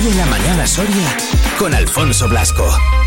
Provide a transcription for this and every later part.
Vive la mañana Soria con Alfonso Blasco.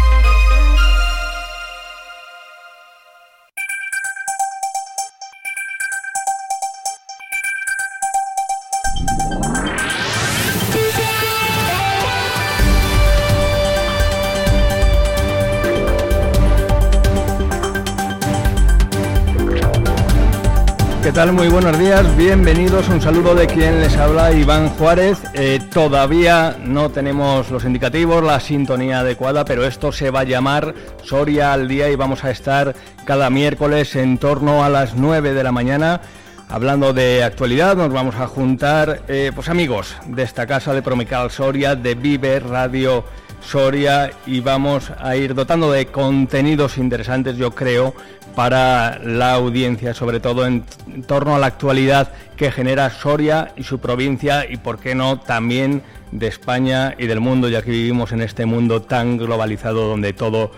¿Qué tal? Muy buenos días, bienvenidos, un saludo de quien les habla, Iván Juárez. Todavía no tenemos los indicativos, la sintonía adecuada, pero esto se va a llamar Soria al Día y vamos a estar cada miércoles en torno a las 9 de la mañana hablando de actualidad. Nos vamos a juntar pues amigos de esta casa de Promecal Soria, de Vive Radio Soria, y vamos a ir dotando de contenidos interesantes, yo creo, para la audiencia, sobre todo en torno a la actualidad que genera Soria y su provincia, y por qué no también de España y del mundo, ya que vivimos en este mundo tan globalizado donde todo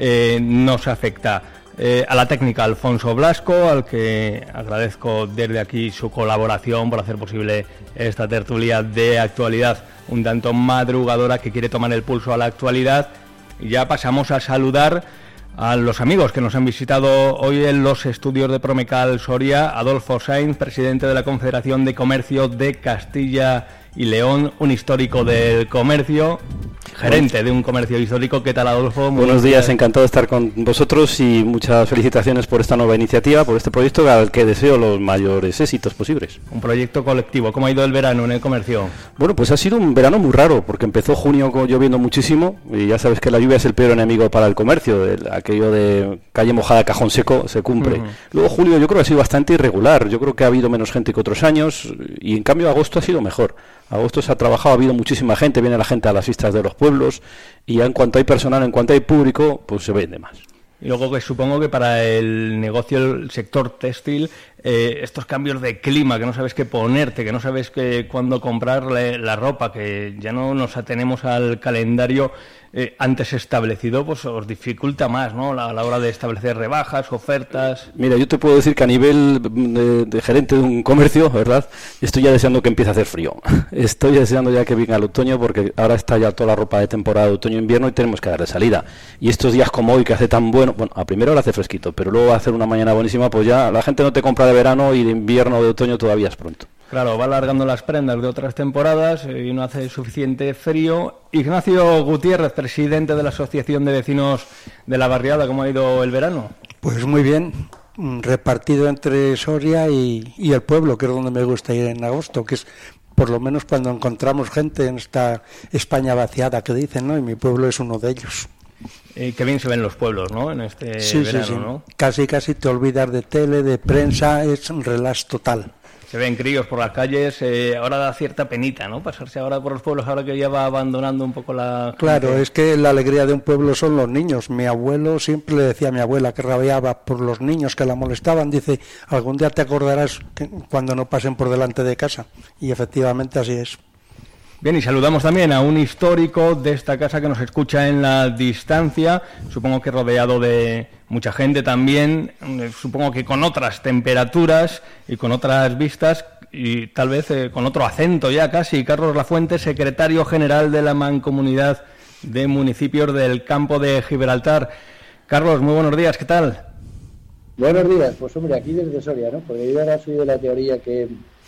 nos afecta. A la técnica Alfonso Blasco, al que agradezco desde aquí su colaboración por hacer posible esta tertulia de actualidad un tanto madrugadora que quiere tomar el pulso a la actualidad. Y ya pasamos a saludar a los amigos que nos han visitado hoy en los estudios de Promecal Soria. Adolfo Sainz, presidente de la Confederación de Comercio de Castilla y León, un histórico del comercio, gerente de un comercio histórico. ¿Qué tal, Adolfo? Buenos días, encantado de estar con vosotros y muchas felicitaciones por esta nueva iniciativa, por este proyecto al que deseo los mayores éxitos posibles. Un proyecto colectivo. ¿Cómo ha ido el verano en el comercio? Bueno, pues ha sido un verano muy raro, porque empezó junio lloviendo muchísimo, y ya sabes que la lluvia es el peor enemigo para el comercio. Aquello de calle mojada, cajón seco, se cumple. Luego julio yo creo que ha sido bastante irregular. Yo creo que ha habido menos gente que otros años, y en cambio agosto ha sido mejor. Agosto se ha trabajado, ha habido muchísima gente, viene la gente a las fiestas de los pueblos, y ya en cuanto hay personal, en cuanto hay público, pues se vende más. Y luego que supongo que para el negocio, el sector textil, estos cambios de clima, que no sabes qué ponerte, que no sabes cuándo comprar la ropa, que ya no nos atenemos al calendario antes establecido, pues os dificulta más, ¿no? A la hora de establecer rebajas, ofertas. Mira, yo te puedo decir que a nivel de gerente de un comercio, ¿verdad?, estoy ya deseando que empiece a hacer frío. Estoy deseando ya que venga el otoño, porque ahora está ya toda la ropa de temporada de otoño-invierno y tenemos que darle salida. Y estos días como hoy, que hace tan bueno, a primera hora hace fresquito, pero luego va a hacer una mañana buenísima, pues ya la gente no te compra de verano, y de invierno o de otoño todavía es pronto. Claro, va alargando las prendas de otras temporadas y no hace suficiente frío. Ignacio Gutiérrez, presidente de la Asociación de Vecinos de la Barriada, ¿cómo ha ido el verano? Pues muy bien, repartido entre Soria y el pueblo, que es donde me gusta ir en agosto, que es por lo menos cuando encontramos gente en esta España vaciada que dicen, ¿no? Y mi pueblo es uno de ellos. Qué bien se ven los pueblos, ¿no?, en este verano, sí. ¿no? Casi te olvidas de tele, de prensa, es un relax total. Se ven críos por las calles, ahora da cierta penita, ¿no?, pasarse ahora por los pueblos, ahora que ya va abandonando un poco la... Claro, es que la alegría de un pueblo son los niños. Mi abuelo siempre le decía a mi abuela que rabiaba por los niños que la molestaban. Dice, algún día te acordarás cuando no pasen por delante de casa. Y efectivamente así es. Bien, y saludamos también a un histórico de esta casa que nos escucha en la distancia, supongo que rodeado de mucha gente también, supongo que con otras temperaturas y con otras vistas y tal vez con otro acento ya casi. Carlos Lafuente, secretario general de la Mancomunidad de Municipios del Campo de Gibraltar. Carlos, muy buenos días, ¿qué tal? Buenos días, pues hombre, aquí desde Soria, ¿no? Porque yo ahora soy de la teoría que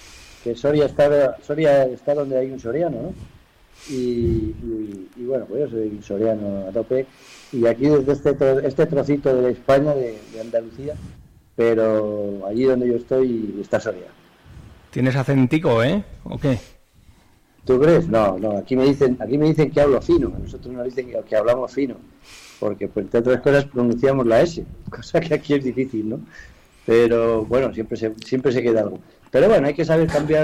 Soria está donde hay un soriano, ¿no? Y bueno, pues yo soy soriano a tope, y aquí desde este trocito de España, de Andalucía, pero allí donde yo estoy está Soria. ¿Tienes acentico, o qué? ¿Tú crees? No, aquí me dicen que hablo fino, a nosotros nos dicen que hablamos fino, porque pues, entre otras cosas pronunciamos la S, cosa que aquí es difícil, ¿no? Pero bueno, siempre se queda algo. Pero bueno, hay que saber cambiar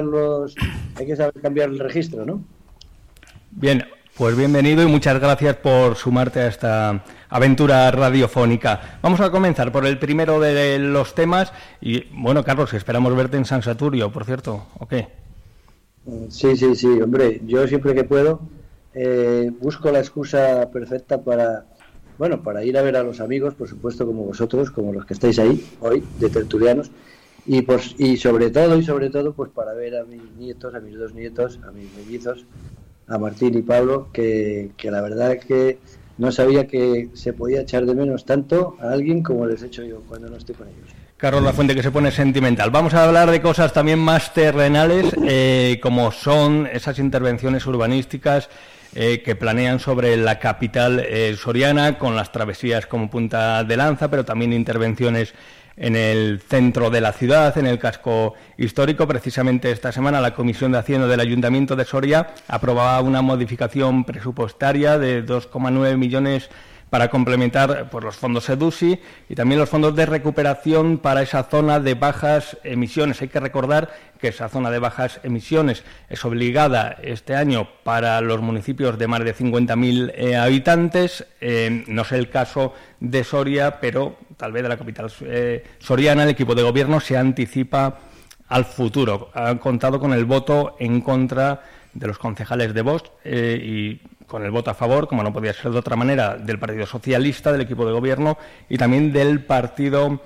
el registro, ¿no? Bien, pues bienvenido y muchas gracias por sumarte a esta aventura radiofónica. Vamos a comenzar por el primero de los temas y, bueno, Carlos, esperamos verte en San Saturio, por cierto, ¿o qué? Sí, hombre, yo siempre que puedo busco la excusa perfecta para ir a ver a los amigos, por supuesto, como vosotros, como los que estáis ahí hoy, de tertulianos, y sobre todo, pues para ver a mis nietos, a mis dos nietos, a mis mellizos, a Martín y Pablo, que la verdad es que no sabía que se podía echar de menos tanto a alguien como les echo yo cuando no estoy con ellos. Carlos Lafuente, que se pone sentimental. Vamos a hablar de cosas también más terrenales, como son esas intervenciones urbanísticas que planean sobre la capital soriana, con las travesías como punta de lanza, pero también intervenciones en el centro de la ciudad, en el casco histórico. Precisamente esta semana la Comisión de Hacienda del Ayuntamiento de Soria aprobaba una modificación presupuestaria de 2,9 millones para complementar los fondos EDUSI y también los fondos de recuperación para esa zona de bajas emisiones. Hay que recordar que esa zona de bajas emisiones es obligada este año para los municipios de más de 50.000 habitantes. No es el caso de Soria, pero tal vez de la capital soriana. El equipo de gobierno se anticipa al futuro. Han contado con el voto en contra de los concejales de Vox y con el voto a favor, como no podía ser de otra manera, del Partido Socialista, del equipo de gobierno y también del Partido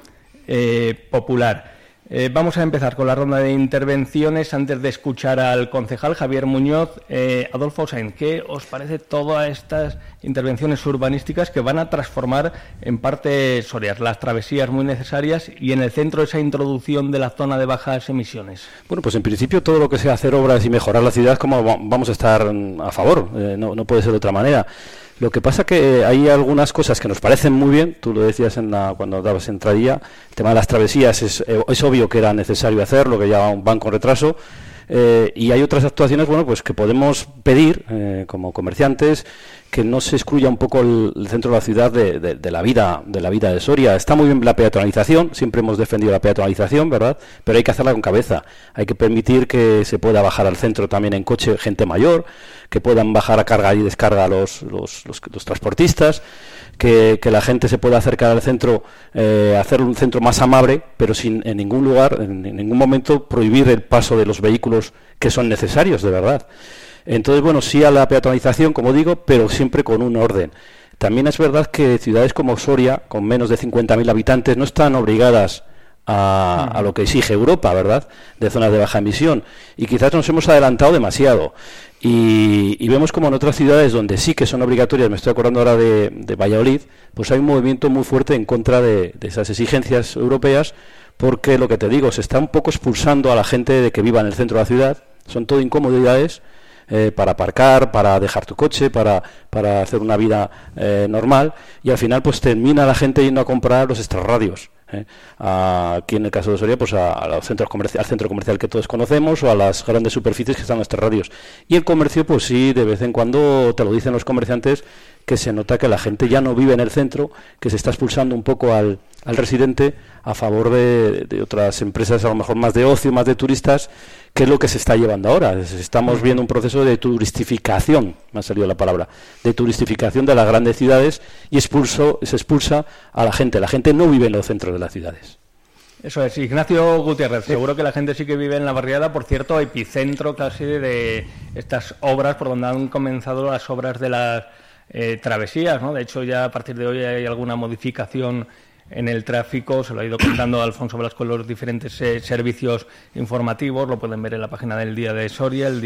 Popular. Vamos a empezar con la ronda de intervenciones. Antes de escuchar al concejal Javier Muñoz, Adolfo Sainz, ¿qué os parece todas estas intervenciones urbanísticas que van a transformar en parte Soria, las travesías muy necesarias y en el centro esa introducción de la zona de bajas emisiones? Bueno, pues en principio todo lo que sea hacer obras y mejorar la ciudad, como vamos a estar a favor, no puede ser de otra manera. Lo que pasa que hay algunas cosas que nos parecen muy bien, tú lo decías cuando dabas entradilla, el tema de las travesías es obvio que era necesario hacerlo, que ya van con retraso, y hay otras actuaciones, bueno, pues que podemos pedir como comerciantes que no se excluya un poco el centro de la ciudad de la vida de Soria. Está muy bien la peatonalización, siempre hemos defendido la peatonalización, ¿verdad? Pero hay que hacerla con cabeza. Hay que permitir que se pueda bajar al centro también en coche gente mayor, que puedan bajar a carga y descarga los transportistas, que la gente se pueda acercar al centro, hacer un centro más amable, pero sin en ningún lugar, en ningún momento prohibir el paso de los vehículos que son necesarios, de verdad. Entonces, bueno, sí a la peatonalización, como digo, pero siempre con un orden. También es verdad que ciudades como Soria, con menos de 50.000 habitantes, no están obligadas a lo que exige Europa, ¿verdad?, de zonas de baja emisión. Y quizás nos hemos adelantado demasiado. Y vemos como en otras ciudades donde sí que son obligatorias, me estoy acordando ahora de Valladolid, pues hay un movimiento muy fuerte en contra de esas exigencias europeas, porque lo que te digo, se está un poco expulsando a la gente de que viva en el centro de la ciudad. Son todo incomodidades para aparcar, para dejar tu coche, para hacer una vida normal, y al final pues termina la gente yendo a comprar los extrarradios. Aquí en el caso de Soria, pues a los centros al centro comercial que todos conocemos, o a las grandes superficies que están en los extrarradios. Y el comercio, pues sí, de vez en cuando te lo dicen los comerciantes, que se nota que la gente ya no vive en el centro, que se está expulsando un poco al residente a favor de otras empresas, a lo mejor más de ocio, más de turistas, que es lo que se está llevando ahora. Estamos viendo un proceso de turistificación, me ha salido la palabra, de turistificación de las grandes ciudades, y se expulsa a la gente. La gente no vive en los centros de las ciudades. Eso es. Ignacio Gutiérrez, seguro que la gente sí que vive en la barriada, por cierto, epicentro casi de estas obras, por donde han comenzado las obras de las travesías, ¿no? De hecho, ya a partir de hoy hay alguna modificación en el tráfico, se lo ha ido contando Alfonso Blasco en los diferentes servicios informativos, lo pueden ver en la página del Día de Soria, el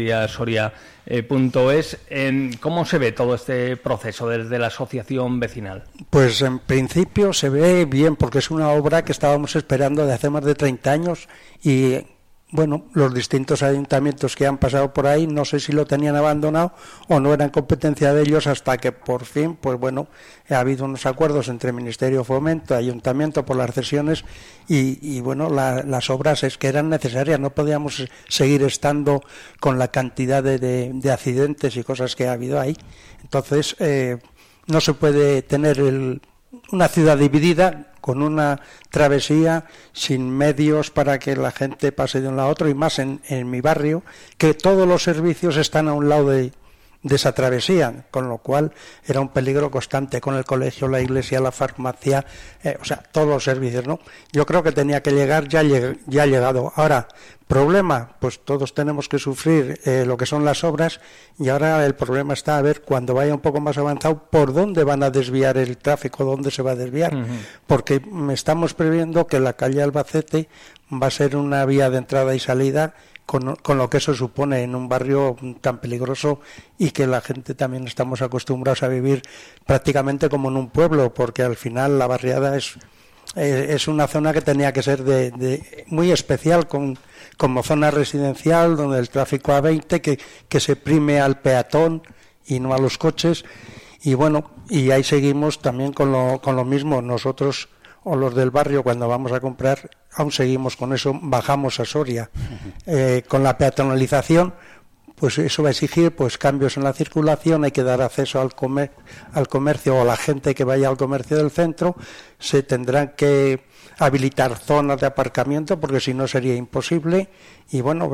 diasoria.es. ¿Cómo se ve todo este proceso desde la asociación vecinal? Pues en principio se ve bien, porque es una obra que estábamos esperando de hace más de 30 años y bueno, los distintos ayuntamientos que han pasado por ahí, no sé si lo tenían abandonado o no eran competencia de ellos, hasta que por fin, pues bueno, ha habido unos acuerdos entre Ministerio de Fomento, Ayuntamiento por las cesiones y bueno, las obras es que eran necesarias, no podíamos seguir estando con la cantidad de accidentes y cosas que ha habido ahí. Entonces, no se puede tener una ciudad dividida con una travesía sin medios para que la gente pase de un lado a otro, y más en mi barrio, que todos los servicios están a un lado de esa travesía, con lo cual era un peligro constante, con el colegio, la iglesia, la farmacia, o sea, todos los servicios, ¿no? Yo creo que tenía que llegar, ya ha llegado. Ahora, Problema, pues todos tenemos que sufrir lo que son las obras, y ahora el problema está a ver cuando vaya un poco más avanzado por dónde van a desviar el tráfico, dónde se va a desviar, porque estamos previendo que la calle Albacete va a ser una vía de entrada y salida con lo que eso supone en un barrio tan peligroso, y que la gente también estamos acostumbrados a vivir prácticamente como en un pueblo, porque al final la barriada es una zona que tenía que ser de muy especial como zona residencial, donde el tráfico a 20, que se prime al peatón y no a los coches. Y bueno, y ahí seguimos también con lo mismo. Nosotros, o los del barrio, cuando vamos a comprar, aún seguimos con eso, bajamos a Soria. Con la peatonalización, pues eso va a exigir pues cambios en la circulación, hay que dar acceso al comercio, o a la gente que vaya al comercio del centro, se tendrán que habilitar zonas de aparcamiento, porque si no sería imposible. Y bueno,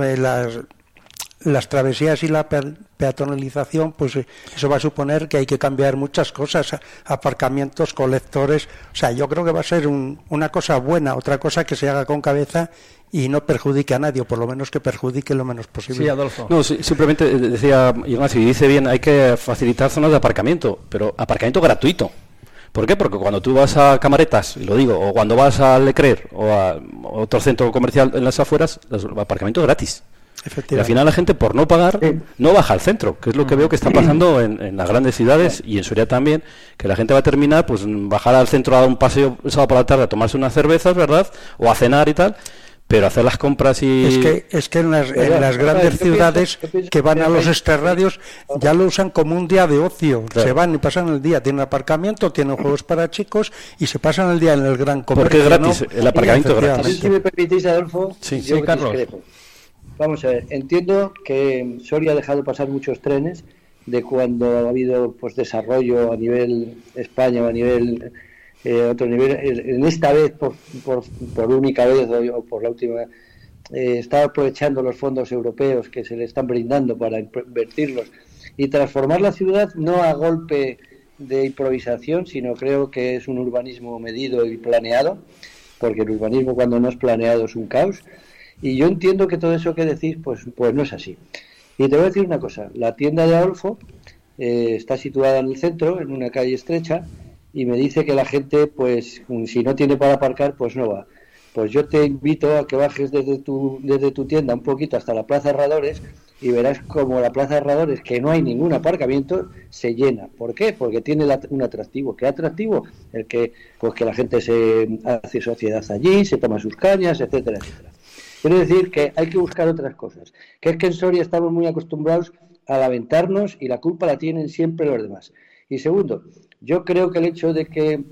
las travesías y la peatonalización, pues eso va a suponer que hay que cambiar muchas cosas, aparcamientos, colectores. O sea, yo creo que va a ser una cosa buena, otra cosa que se haga con cabeza y no perjudique a nadie, o por lo menos que perjudique lo menos posible. Sí, Adolfo. No, simplemente decía Ignacio, y dice bien, hay que facilitar zonas de aparcamiento, pero aparcamiento gratuito. ¿Por qué? Porque cuando tú vas a Camaretas, y lo digo, o cuando vas a Leclerc o a otro centro comercial en las afueras, los aparcamientos gratis. Y al final la gente, por no pagar, no baja al centro, que es lo que veo que está pasando en las grandes ciudades y en Soria también, que la gente va a terminar, pues bajar al centro a dar un paseo el sábado por la tarde a tomarse unas cervezas, ¿verdad? O a cenar y tal, pero hacer las compras y... Es que en las grandes ciudades que van a los extrarradios ya lo usan como un día de ocio. Claro. Se van y pasan el día, tienen aparcamiento, tienen juegos para chicos y se pasan el día en el gran comercio. Porque es gratis, ¿no? El aparcamiento es gratis. Si me permitís, Adolfo, sí, Carlos. Vamos a ver, entiendo que Soria ha dejado pasar muchos trenes de cuando ha habido pues desarrollo a nivel España o a nivel otro nivel. En esta vez, por única vez o por la última, está aprovechando los fondos europeos que se le están brindando para invertirlos y transformar la ciudad no a golpe de improvisación, sino creo que es un urbanismo medido y planeado, porque el urbanismo cuando no es planeado es un caos. Y yo entiendo que todo eso que decís, pues no es así. Y te voy a decir una cosa, la tienda de Adolfo está situada en el centro, en una calle estrecha, y me dice que la gente, pues si no tiene para aparcar, pues no va. Pues yo te invito a que bajes desde tu tienda un poquito hasta la Plaza Herradores y verás como la Plaza Herradores, que no hay ningún aparcamiento, se llena. ¿Por qué? Porque tiene un atractivo. ¿Qué atractivo? El que la gente se hace sociedad allí, se toma sus cañas, etcétera, etcétera. Quiero decir que hay que buscar otras cosas, que es que en Soria estamos muy acostumbrados a lamentarnos y la culpa la tienen siempre los demás. Y segundo, yo creo que el hecho de que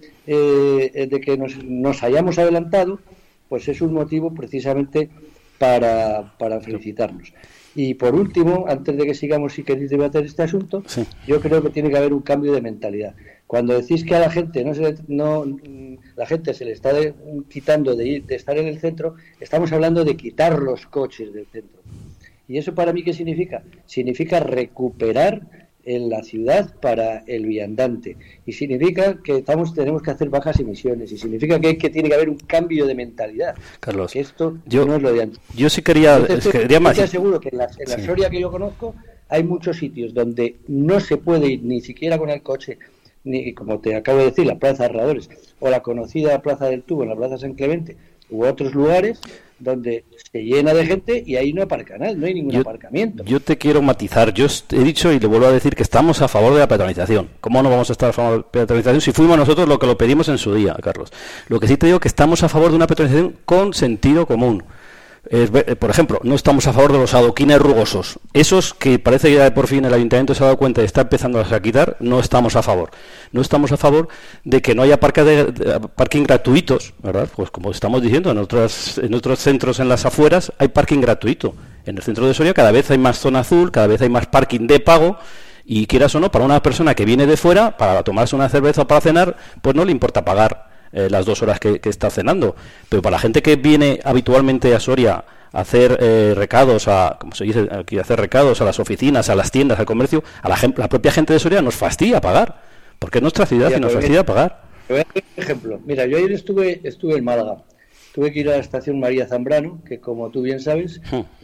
nos hayamos adelantado, pues es un motivo precisamente para felicitarnos. Y por último, antes de que sigamos, si queréis debatir este asunto, sí, yo creo que tiene que haber un cambio de mentalidad. Cuando decís que a la gente la gente se le está quitando de estar en el centro, estamos hablando de quitar los coches del centro. ¿Y eso para mí qué significa? Significa recuperar en la ciudad para el viandante. Y significa que tenemos que hacer bajas emisiones. Y significa que tiene que haber un cambio de mentalidad. Carlos, que esto no es lo de antes. Yo sí quería... Yo te aseguro que en la Soria que yo conozco hay muchos sitios donde no se puede ir ni siquiera con el coche, ni, como te acabo de decir, la Plaza Herradores o la conocida Plaza del Tubo en la Plaza San Clemente u otros lugares donde se llena de gente y ahí no aparca nada, no hay ningún aparcamiento. Yo te quiero matizar, yo he dicho y le vuelvo a decir que estamos a favor de la peatonalización. ¿Cómo no vamos a estar a favor de la peatonalización si fuimos nosotros los que lo pedimos en su día, Carlos? Lo que sí te digo es que estamos a favor de una peatonalización con sentido común. Por ejemplo, no estamos a favor de los adoquines rugosos. Esos que parece que ya por fin el ayuntamiento se ha dado cuenta y está empezando a quitar, no estamos a favor. No estamos a favor de que no haya parking gratuitos, ¿verdad? Pues como estamos diciendo, en otros centros en las afueras hay parking gratuito. En el centro de Soria cada vez hay más zona azul, cada vez hay más parking de pago. Y quieras o no, para una persona que viene de fuera, para tomarse una cerveza o para cenar, pues no le importa pagar las 2 horas que está cenando. Pero para la gente que viene habitualmente a Soria a hacer recados, como se dice aquí, hacer recados a las oficinas, a las tiendas, al comercio, la propia gente de Soria nos fastidia pagar, porque es nuestra ciudad y nos fastidia pagar. Te voy a dar un ejemplo. Mira, yo ayer estuve en Málaga tuve que ir a la estación María Zambrano, que como tú bien sabes,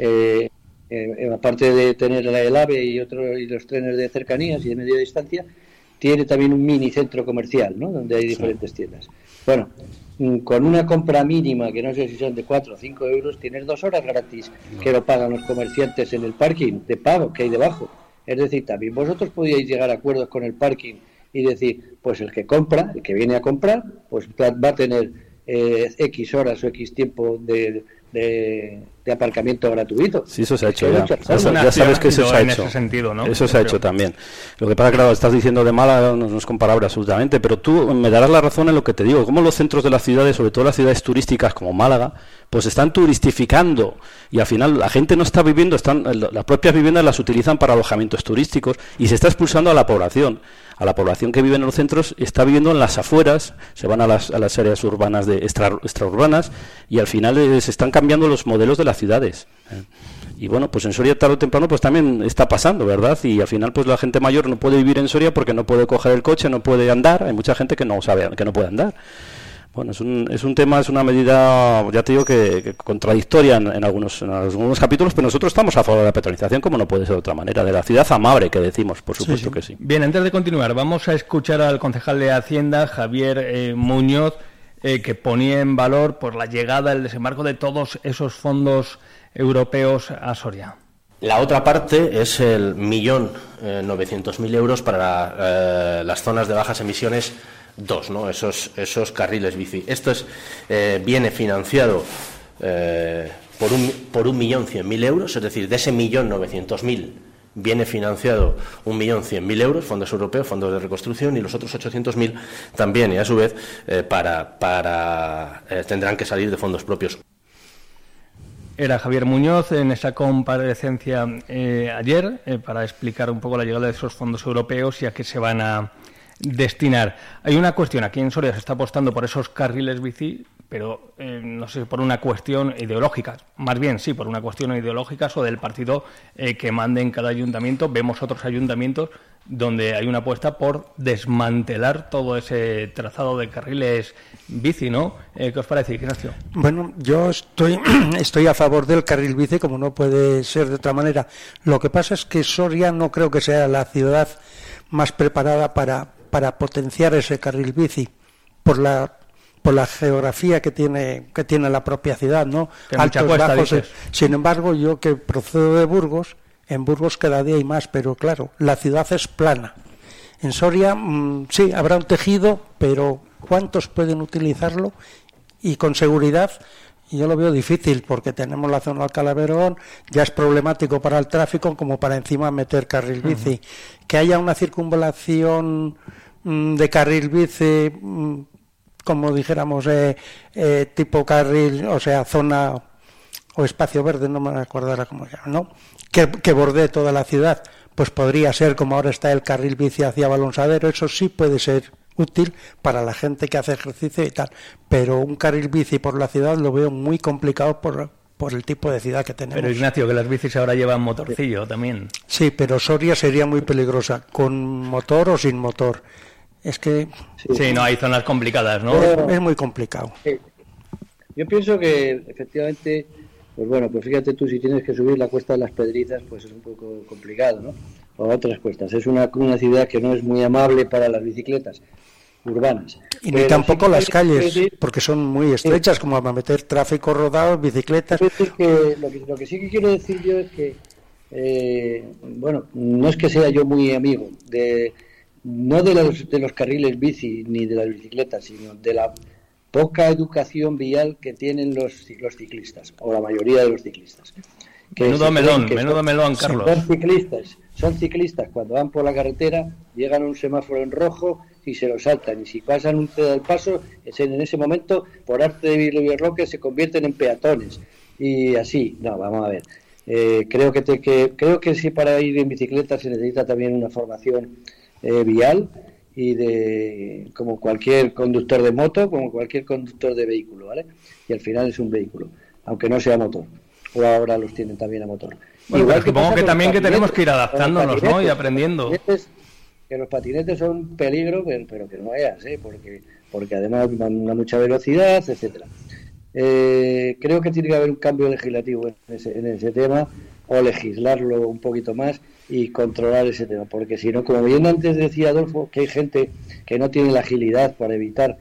aparte de tener el AVE y los trenes de cercanías y de media distancia, tiene también un mini centro comercial, ¿no? Donde hay diferentes tiendas. Bueno, con una compra mínima, que no sé si son de 4 o 5 euros, tienes 2 horas gratis que lo pagan los comerciantes en el parking de pago que hay debajo. Es decir, también vosotros podíais llegar a acuerdos con el parking y decir, pues el que compra, el que viene a comprar, pues va a tener X horas o X tiempo de aparcamiento gratuito. Sí, eso se ha hecho ya sabes que eso se ha hecho. Ese sentido, ¿no? Eso se ha hecho también. Lo que pasa, claro, estás diciendo de Málaga, no es comparable absolutamente, pero tú me darás la razón en lo que te digo. Como los centros de las ciudades, sobre todo las ciudades turísticas como Málaga, pues están turistificando y al final la gente no está viviendo, las propias viviendas las utilizan para alojamientos turísticos y se está expulsando a la población. A la población que vive en los centros está viviendo en las afueras, se van a las áreas urbanas extraurbanas y al final se están cambiando los modelos de las ciudades. Y bueno, pues en Soria tarde o temprano pues también está pasando, ¿verdad? Y al final pues la gente mayor no puede vivir en Soria porque no puede coger el coche, no puede andar, hay mucha gente que no sabe, que no puede andar. Bueno, es un tema, es una medida, ya te digo, que contradictoria en algunos capítulos, pero nosotros estamos a favor de la peatonalización, como no puede ser de otra manera, de la ciudad amable que decimos, por supuesto que sí. Bien, antes de continuar, vamos a escuchar al concejal de Hacienda, Javier Muñoz, que ponía en valor por la llegada, el desembarco de todos esos fondos europeos a Soria. La otra parte es el 1.900.000 euros para las zonas de bajas emisiones 2, ¿no? Esos carriles bici. Esto viene financiado por 1.100.000 euros, es decir, de ese 1.900.000 viene financiado 1.100.000 euros, fondos europeos, fondos de reconstrucción, y los otros 800.000 también, y a su vez tendrán que salir de fondos propios. Era Javier Muñoz en esa comparecencia ayer para explicar un poco la llegada de esos fondos europeos y a qué se van a destinar. Hay una cuestión, aquí en Soria se está apostando por esos carriles bici, pero no sé, por una cuestión ideológica, más bien sí, por una cuestión ideológica o del partido que mande en cada ayuntamiento. Vemos otros ayuntamientos donde hay una apuesta por desmantelar todo ese trazado de carriles bici, ¿no? ¿Qué os parece, Ignacio? Bueno, yo estoy a favor del carril bici, como no puede ser de otra manera. Lo que pasa es que Soria no creo que sea la ciudad más preparada para potenciar ese carril bici por la geografía que tiene la propia ciudad, ¿no? Altos, bajos. Sin embargo, yo que procedo de Burgos, en Burgos cada día hay más, pero claro, la ciudad es plana. En Soria sí, habrá un tejido, pero ¿cuántos pueden utilizarlo? Y con seguridad yo lo veo difícil, porque tenemos la zona de Alcalá de Verón, ya es problemático para el tráfico como para encima meter carril bici. Que haya una circunvalación de carril bici, como dijéramos, tipo carril, o sea, zona o espacio verde, no me acuerdo ahora cómo se llama, ¿no? Que bordee toda la ciudad, pues podría ser como ahora está el carril bici hacia Balonsadero. Eso sí puede ser útil para la gente que hace ejercicio y tal, pero un carril bici por la ciudad lo veo muy complicado por el tipo de ciudad que tenemos. Pero Ignacio, que las bicis ahora llevan motorcillo también. Sí, pero Soria sería muy peligrosa, con motor o sin motor. Es que... Sí, no, hay zonas complicadas, ¿no? Es muy complicado. Yo pienso que efectivamente, pues bueno, pues fíjate tú, si tienes que subir la Cuesta de las Pedrizas, pues es un poco complicado, ¿no? O otras cuestas. Es una ciudad que no es muy amable para las bicicletas urbanas. Y ni tampoco las calles, porque son muy estrechas, como para meter tráfico rodado, bicicletas. Lo que sí que quiero decir yo es que, bueno, no es que sea yo muy amigo no de los carriles bici ni de las bicicletas, sino de la poca educación vial que tienen los ciclistas, o la mayoría de los ciclistas. Menudo melón, Carlos. Son ciclistas cuando van por la carretera, llegan a un semáforo en rojo y se lo saltan, y si pasan un ceda del paso, en ese momento, por arte de Birlibirroque, se convierten en peatones, y así. No, vamos a ver. Creo que sí, para ir en bicicleta se necesita también una formación vial, y como cualquier conductor de moto, como cualquier conductor de vehículo, ¿vale? Y al final es un vehículo, aunque no sea motor, o ahora los tienen también a motor. Bueno, igual que supongo que también que tenemos que ir adaptándonos, ¿no? Y aprendiendo. Que los patinetes son un peligro, pero que no veas, porque además van a mucha velocidad, etcétera. Creo que tiene que haber un cambio legislativo en ese tema, o legislarlo un poquito más y controlar ese tema, porque si no, como bien antes decía Adolfo, que hay gente que no tiene la agilidad para evitar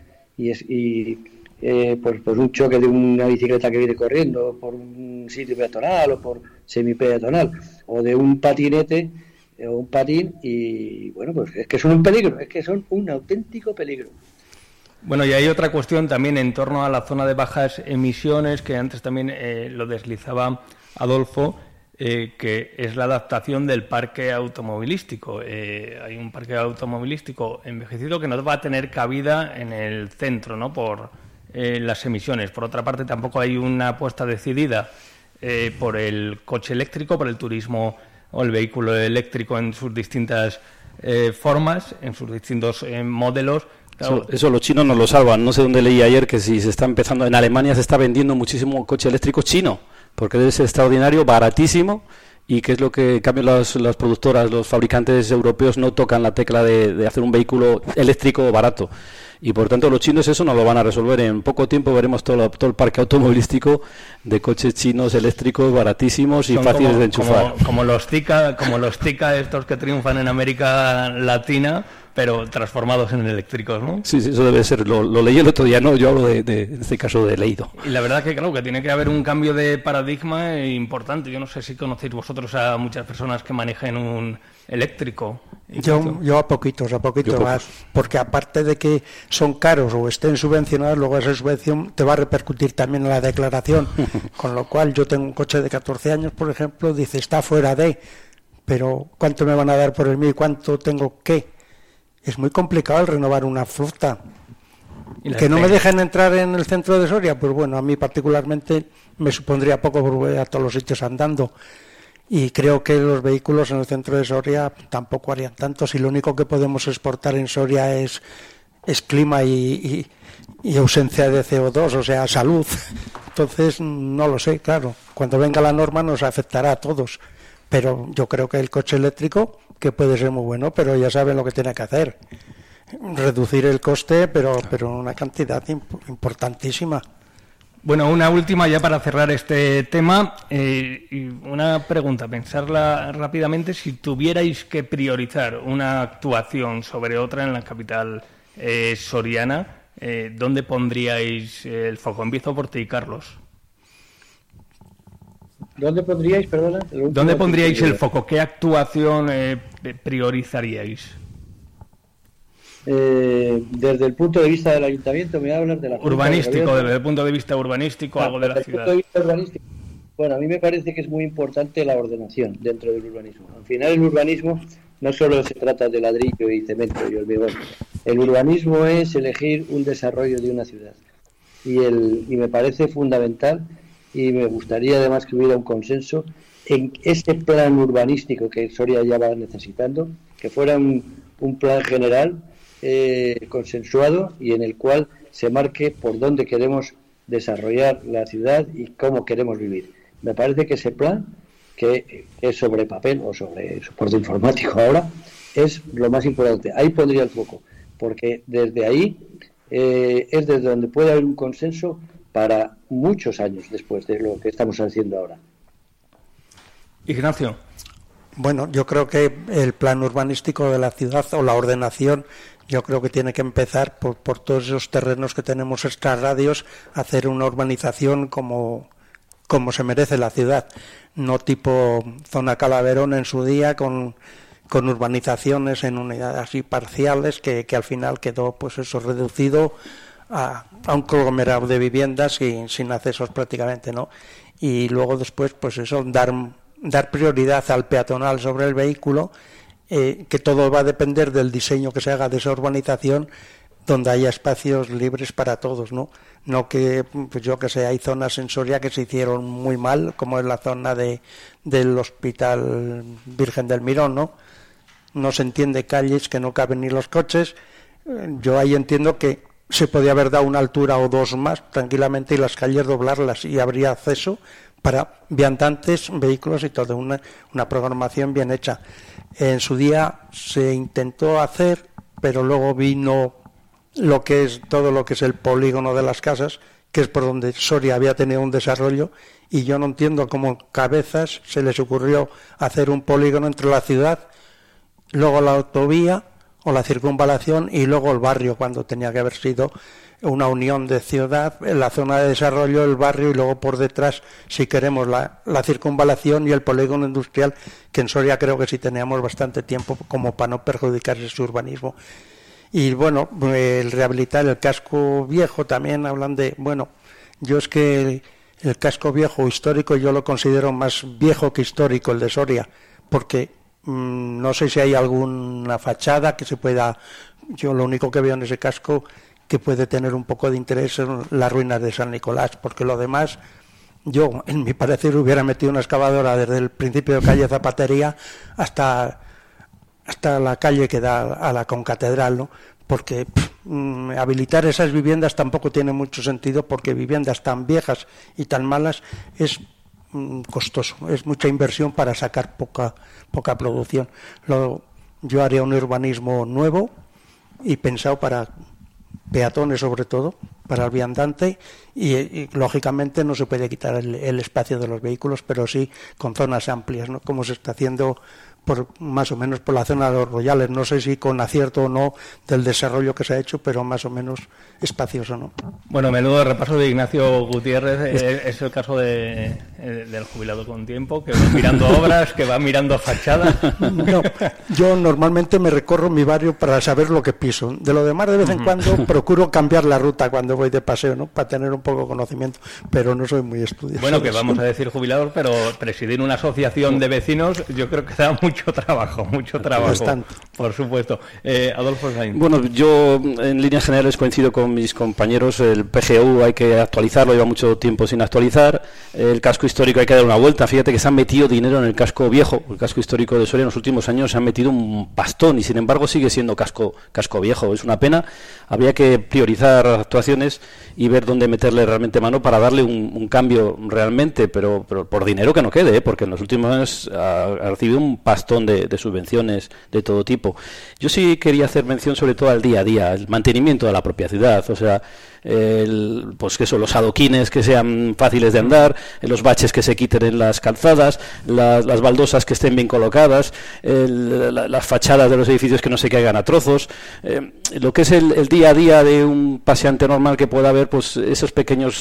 pues un choque de una bicicleta que viene corriendo por un sitio peatonal o por semipeatonal, o de un patinete o un patín, y bueno, pues es que son un peligro, es que son un auténtico peligro. Bueno, y hay otra cuestión también en torno a la zona de bajas emisiones, que antes también lo deslizaba Adolfo, que es la adaptación del parque automovilístico. Hay un parque automovilístico envejecido que no va a tener cabida en el centro, ¿no?, por las emisiones. Por otra parte, tampoco hay una apuesta decidida por el coche eléctrico, por el turismo o el vehículo eléctrico en sus distintas formas, en sus distintos modelos. Claro. Eso los chinos nos lo salvan. No sé dónde leí ayer que si se está empezando, en Alemania se está vendiendo muchísimo coche eléctrico chino, porque debe ser extraordinario, baratísimo, y que es lo que, en cambio, las productoras, los fabricantes europeos no tocan la tecla de hacer un vehículo eléctrico barato. Y por tanto los chinos eso no lo van a resolver. En poco tiempo veremos todo el parque automovilístico de coches chinos eléctricos baratísimos y fáciles de enchufar. Como los Tika estos que triunfan en América Latina, pero transformados en eléctricos, ¿no? Sí, eso debe ser. Lo leí el otro día, no, yo hablo en este caso de leído. Y la verdad que claro, que tiene que haber un cambio de paradigma importante. Yo no sé si conocéis vosotros a muchas personas que manejen un eléctrico. Yo a poquitos más, porque aparte de que son caros o estén subvencionados, luego esa subvención te va a repercutir también en la declaración, con lo cual yo tengo un coche de 14 años, por ejemplo, dice está fuera de, pero ¿cuánto me van a dar por el mío y cuánto tengo que? Es muy complicado el renovar una flota. Que no me dejen entrar en el centro de Soria, pues bueno, a mí particularmente me supondría poco porque voy a todos los sitios andando. Y creo que los vehículos en el centro de Soria tampoco harían tanto. Si lo único que podemos exportar en Soria es clima y ausencia de CO2, o sea, salud. Entonces, no lo sé, claro. Cuando venga la norma nos afectará a todos. Pero yo creo que el coche eléctrico, que puede ser muy bueno, pero ya saben lo que tiene que hacer. Reducir el coste, pero una cantidad importantísima. Bueno, una última ya para cerrar este tema, y una pregunta, pensarla rápidamente, si tuvierais que priorizar una actuación sobre otra en la capital soriana, ¿dónde pondríais el foco? Empiezo por ti, Carlos. ¿Dónde pondríais, perdona? ¿Dónde pondríais el foco? ¿Qué actuación priorizaríais? Desde el punto de vista del ayuntamiento, me hablas de la urbanístico, desde el punto de vista urbanístico, algo de la ciudad. Bueno, a mí me parece que es muy importante la ordenación dentro del urbanismo. Al final el urbanismo no solo se trata de ladrillo y cemento y hormigón. El urbanismo es elegir un desarrollo de una ciudad y me parece fundamental, y me gustaría además que hubiera un consenso en ese plan urbanístico que Soria ya va necesitando, que fuera un plan general consensuado y en el cual se marque por dónde queremos desarrollar la ciudad y cómo queremos vivir. Me parece que ese plan, que es sobre papel o sobre soporte informático ahora, es lo más importante. Ahí pondría el foco, porque desde ahí es desde donde puede haber un consenso para muchos años después de lo que estamos haciendo ahora. Ignacio. Bueno, yo creo que el plan urbanístico de la ciudad o la ordenación, yo creo que tiene que empezar por todos esos terrenos que tenemos extrarradios, hacer una urbanización como se merece la ciudad, no tipo zona Calaverón en su día con urbanizaciones en unidades así parciales que al final quedó pues eso reducido a un conglomerado de viviendas sin accesos prácticamente, ¿no? Y luego después pues eso, dar prioridad al peatonal sobre el vehículo, que todo va a depender del diseño que se haga de esa urbanización, donde haya espacios libres para todos, ¿no? No que, pues yo que sé, hay zonas en Soria que se hicieron muy mal, como es la zona del Hospital Virgen del Mirón, ¿no? No se entiende calles que no caben ni los coches. Yo ahí entiendo que se podía haber dado una altura o dos más tranquilamente y las calles doblarlas y habría acceso para viandantes, vehículos y todo, una programación bien hecha. En su día se intentó hacer, pero luego vino todo lo que es el polígono de las casas, que es por donde Soria había tenido un desarrollo, y yo no entiendo cómo Cabezas se les ocurrió hacer un polígono entre la ciudad, luego la autovía o la circunvalación y luego el barrio, cuando tenía que haber sido una unión de ciudad, en la zona de desarrollo, el barrio, y luego por detrás, si queremos, la circunvalación y el polígono industrial, que en Soria creo que sí teníamos bastante tiempo como para no perjudicar ese urbanismo. Y bueno, el rehabilitar el casco viejo, también hablan de, bueno, yo es que el casco viejo histórico yo lo considero más viejo que histórico, el de Soria, porque no sé si hay alguna fachada que se pueda, yo lo único que veo en ese casco que puede tener un poco de interés son las ruinas de San Nicolás, porque lo demás, yo en mi parecer hubiera metido una excavadora desde el principio de calle Zapatería hasta la calle que da a la concatedral, ¿no? Porque habilitar esas viviendas tampoco tiene mucho sentido, porque viviendas tan viejas y tan malas es costoso, es mucha inversión para sacar poca producción. Yo haría un urbanismo nuevo y pensado para peatones, sobre todo para el viandante, y lógicamente no se puede quitar el espacio de los vehículos, pero sí con zonas amplias, ¿no? Como se está haciendo más o menos por la zona de los Royales, no sé si con acierto o no del desarrollo que se ha hecho, pero más o menos espacioso, ¿no? Bueno, menudo repaso de Ignacio Gutiérrez. Es el caso del jubilado con tiempo, que va mirando obras, que va mirando fachadas. No, yo normalmente me recorro mi barrio para saber lo que piso. De lo demás, de vez en cuando procuro cambiar la ruta cuando voy de paseo, ¿no? Para tener un poco de conocimiento, pero no soy muy estudioso. Bueno, que vamos a decir jubilados, pero presidir una asociación de vecinos yo creo que da mucho trabajo, bastante. Por supuesto. Adolfo Sainz. Bueno, yo en líneas generales coincido con mis compañeros. El PGU hay que actualizarlo, lleva mucho tiempo sin actualizar. El casco histórico hay que dar una vuelta. Fíjate que se han metido dinero en el casco viejo, el casco histórico de Soria en los últimos años se han metido un pastón y sin embargo sigue siendo casco viejo. Es una pena. Habría que priorizar actuaciones y ver dónde meterle realmente mano para darle un cambio realmente, pero por dinero que no quede, porque en los últimos años ha recibido un pastón de subvenciones de todo tipo. Yo sí quería hacer mención sobre todo al día a día, el mantenimiento de la propia ciudad, o sea, pues que son los adoquines que sean fáciles de andar, los baches que se quiten en las calzadas, las baldosas que estén bien colocadas, las fachadas de los edificios que no se caigan a trozos, lo que es el día a día de un paseante normal que pueda ver, pues esos pequeñas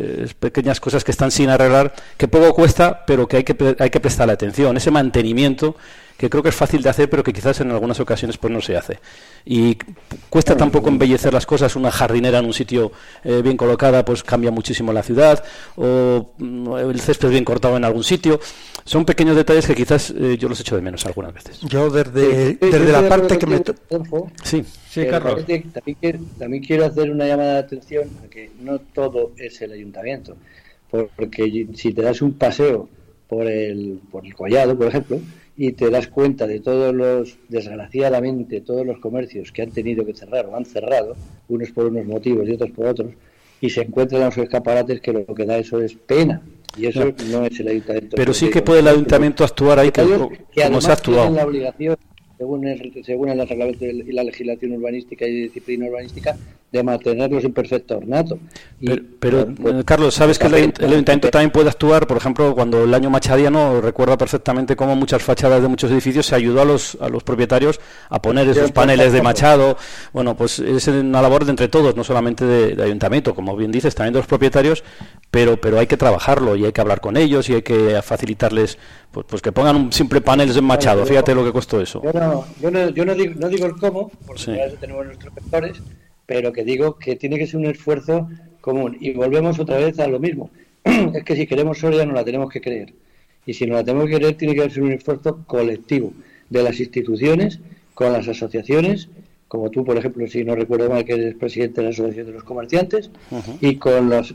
cosas que están sin arreglar, que poco cuesta, pero que hay que prestarle atención, ese mantenimiento que creo que es fácil de hacer, pero que quizás en algunas ocasiones pues no se hace. Y cuesta tampoco embellecer las cosas. Una jardinera en un sitio bien colocada pues cambia muchísimo la ciudad, o el césped bien cortado en algún sitio. Son pequeños detalles que quizás yo los echo de menos algunas veces. Yo desde la parte que me... Sí, Carlos. También quiero hacer una llamada de atención a que no todo es el ayuntamiento, porque si te das un paseo por el Collado, por ejemplo, y te das cuenta de desgraciadamente, todos los comercios que han tenido que cerrar o han cerrado, unos por unos motivos y otros por otros, y se encuentran los escaparates, que lo que da eso es pena, y eso no es el ayuntamiento. Pero sí que puede el ayuntamiento actuar ahí como se ha actuado. La obligación, según el reglamento y la legislación urbanística y disciplina urbanística, de mantenerlos en perfecto ornato. Pero Carlos, ¿sabes que el ayuntamiento también puede actuar? Por ejemplo, cuando el año machadiano, recuerda perfectamente cómo muchas fachadas de muchos edificios se ayudó a los propietarios a poner esos paneles de machado. Bueno, pues es una labor de entre todos, no solamente de ayuntamiento, como bien dices, también de los propietarios, pero hay que trabajarlo y hay que hablar con ellos y hay que facilitarles pues que pongan un simple panel de machado. Fíjate lo que costó eso. Yo no digo el cómo, porque para eso tenemos nuestros sectores, pero que digo que tiene que ser un esfuerzo común. Y volvemos otra vez a lo mismo. Es que si queremos Soria no la tenemos que creer. Y si no la tenemos que creer, tiene que ser un esfuerzo colectivo de las instituciones con las asociaciones, como tú, por ejemplo, si no recuerdo mal, que eres presidente de la Asociación de los Comerciantes, y con las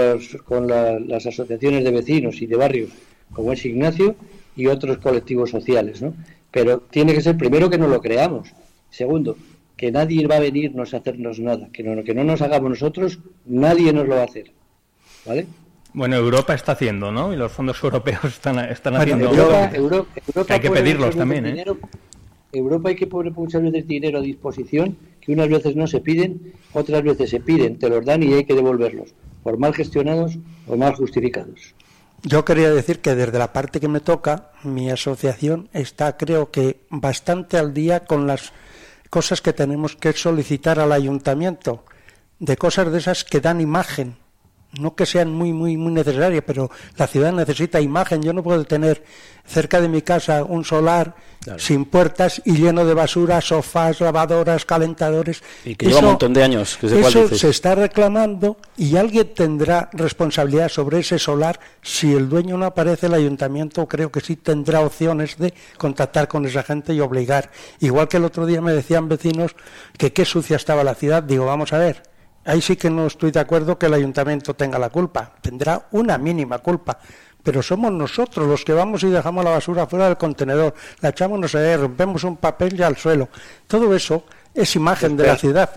asociaciones de vecinos y de barrios, como es Ignacio, y otros colectivos sociales, ¿no? Pero tiene que ser, primero, que nos lo creamos. Segundo, que nadie va a venirnos a hacernos nada, que no nos hagamos nosotros, nadie nos lo va a hacer, ¿vale? Bueno, Europa está haciendo, ¿no? Y los fondos europeos están haciendo. Europa hay que pedirlos también, ¿eh? Europa hay que poner muchas veces dinero a disposición, que unas veces no se piden, otras veces se piden, te los dan y hay que devolverlos. por mal gestionados o mal justificados. Yo quería decir que desde la parte que me toca, mi asociación está, creo que, bastante al día con las cosas que tenemos que solicitar al ayuntamiento, de cosas de esas que dan imagen, no que sean muy necesarias, pero la ciudad necesita imagen. Yo no puedo tener cerca de mi casa un solar sin puertas y lleno de basura, sofás, lavadoras, calentadores. Y que lleva un montón de años. Eso se está reclamando y alguien tendrá responsabilidad sobre ese solar. Si el dueño no aparece, el ayuntamiento creo que sí tendrá opciones de contactar con esa gente y obligar. Igual que el otro día me decían vecinos que qué sucia estaba la ciudad. Digo, vamos a ver. Ahí sí que no estoy de acuerdo que el ayuntamiento tenga la culpa. Tendrá una mínima culpa. Pero somos nosotros los que vamos y dejamos la basura fuera del contenedor. La echamos, no sé, rompemos un papel y al suelo. Todo eso es imagen de la ciudad.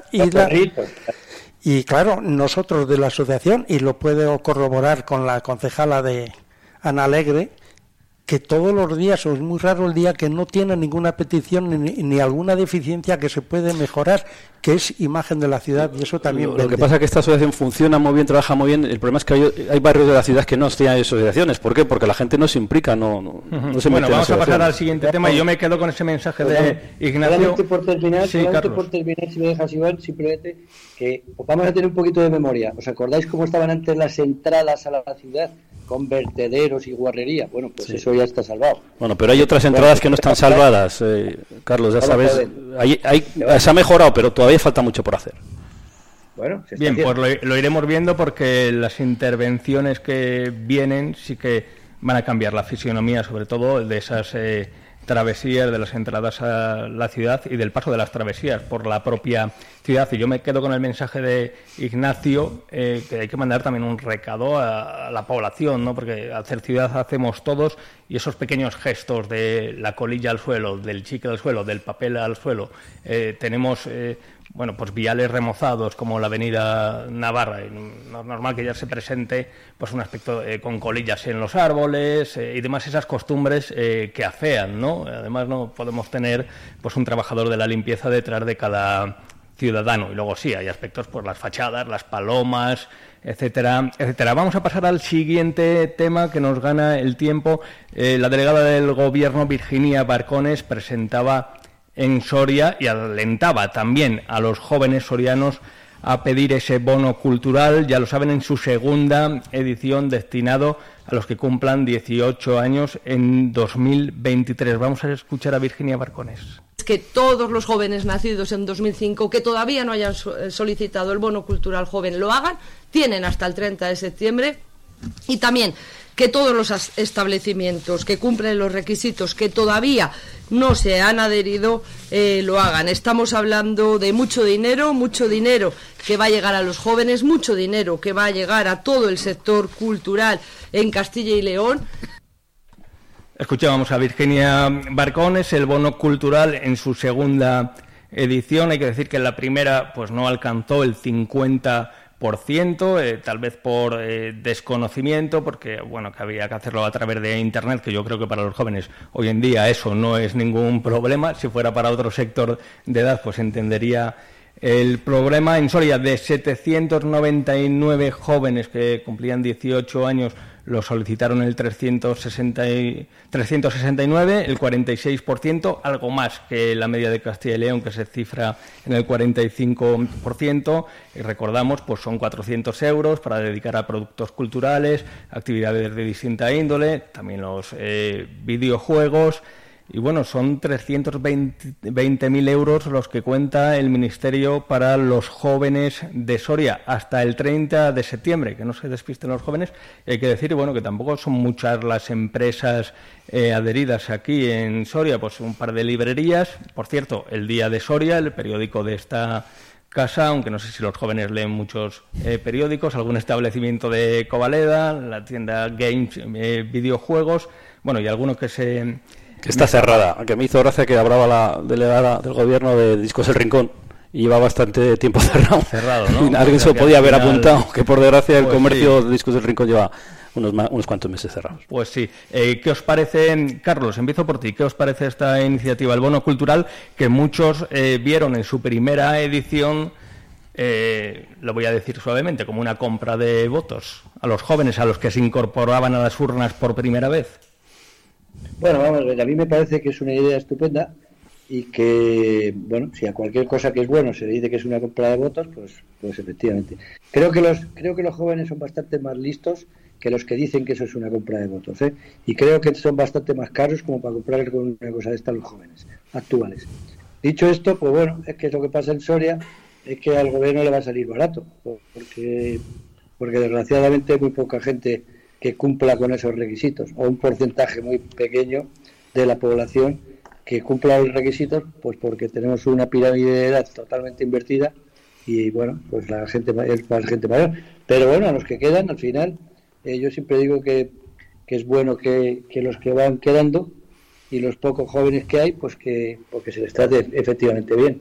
Y claro, nosotros de la asociación, y lo puedo corroborar con la concejala de Ana Alegre, que todos los días, o es muy raro el día que no tiene ninguna petición ni alguna deficiencia que se puede mejorar, que es imagen de la ciudad, y eso también Lo que pasa es que esta asociación funciona muy bien, trabaja muy bien. El problema es que hay barrios de la ciudad que no tienen asociaciones. ¿Por qué? Porque la gente no se implica, no se mete. Bueno, vamos a pasar al siguiente tema, y yo me quedo con ese mensaje de Ignacio. Solamente por terminar, si me dejas, Iván, simplemente que vamos a tener un poquito de memoria. ¿Os acordáis cómo estaban antes las entradas a la ciudad? Con vertederos y guarrería. Bueno, pues sí, eso ya está salvado. Bueno, pero hay otras entradas que no están salvadas, Carlos, ya sabes. Se ha mejorado, pero todavía falta mucho por hacer. Bueno, bien, pues lo iremos viendo, porque las intervenciones que vienen sí que van a cambiar la fisionomía, sobre todo de esas travesías, de las entradas a la ciudad y del paso de las travesías por la propia ciudad. Y yo me quedo con el mensaje de Ignacio, que hay que mandar también un recado a la población, ¿no? Porque hacer ciudad hacemos todos, y esos pequeños gestos de la colilla al suelo, del chicle al suelo, del papel al suelo, tenemos pues viales remozados como la avenida Navarra, y no es normal que ya se presente pues un aspecto con colillas en los árboles y demás, esas costumbres que afean, ¿no? Además no podemos tener pues un trabajador de la limpieza detrás de cada ciudadano. Y luego sí, hay aspectos, pues las fachadas, las palomas, etcétera, etcétera. Vamos a pasar al siguiente tema, que nos gana el tiempo. La delegada del Gobierno, Virginia Barcones, presentaba en Soria y alentaba también a los jóvenes sorianos a pedir ese bono cultural, ya lo saben, en su segunda edición, destinado a los que cumplan 18 años en 2023. Vamos a escuchar a Virginia Barcones. Que todos los jóvenes nacidos en 2005 que todavía no hayan solicitado el bono cultural joven lo hagan, tienen hasta el 30 de septiembre, y también que todos los establecimientos que cumplen los requisitos, que todavía no se han adherido, lo hagan. Estamos hablando de mucho dinero que va a llegar a los jóvenes, mucho dinero que va a llegar a todo el sector cultural en Castilla y León. Escuchábamos a Virginia Barcones, el bono cultural en su segunda edición. Hay que decir que en la primera pues no alcanzó el 50%, tal vez por desconocimiento, porque que había que hacerlo a través de Internet, que yo creo que para los jóvenes hoy en día eso no es ningún problema. Si fuera para otro sector de edad, pues entendería el problema. En Soria, de 799 jóvenes que cumplían 18 años, lo solicitaron el 369, el 46%, algo más que la media de Castilla y León, que se cifra en el 45%. Y recordamos, pues son 400 euros para dedicar a productos culturales, actividades de distinta índole, también los videojuegos. Y bueno, son 320.000 euros los que cuenta el Ministerio para los jóvenes de Soria hasta el 30 de septiembre, que no se despisten los jóvenes. Y hay que decir, que tampoco son muchas las empresas adheridas aquí en Soria, pues un par de librerías. Por cierto, El Día de Soria, el periódico de esta casa, aunque no sé si los jóvenes leen muchos periódicos, algún establecimiento de Covaleda, la tienda Games, videojuegos, y algunos que está cerrada, aunque me hizo gracia que hablaba la delegada del Gobierno de Discos El Rincón, y lleva bastante tiempo cerrado, ¿no? Alguien se lo podía haber apuntado, que por desgracia el comercio de Discos del Rincón lleva unos cuantos meses cerrados. Pues sí. ¿Qué os parece, Carlos? Empiezo por ti. ¿Qué os parece esta iniciativa, el bono cultural, que muchos vieron en su primera edición lo voy a decir suavemente, como una compra de votos a los jóvenes, a los que se incorporaban a las urnas por primera vez? Bueno, vamos a ver, a mí me parece que es una idea estupenda y que, bueno, si a cualquier cosa que es bueno se le dice que es una compra de votos, pues efectivamente. Creo que los jóvenes son bastante más listos que los que dicen que eso es una compra de votos, ¿eh? Y creo que son bastante más caros como para comprar con una cosa de esta los jóvenes actuales. Dicho esto, pues bueno, es que lo que pasa en Soria es que al gobierno le va a salir barato, porque desgraciadamente hay muy poca gente que cumpla con esos requisitos, o un porcentaje muy pequeño de la población que cumpla los requisitos, pues porque tenemos una pirámide de edad totalmente invertida y bueno, pues la gente es más gente mayor. Pero bueno, a los que quedan, al final, yo siempre digo que es bueno que los que van quedando y los pocos jóvenes que hay, pues que se les trate efectivamente bien.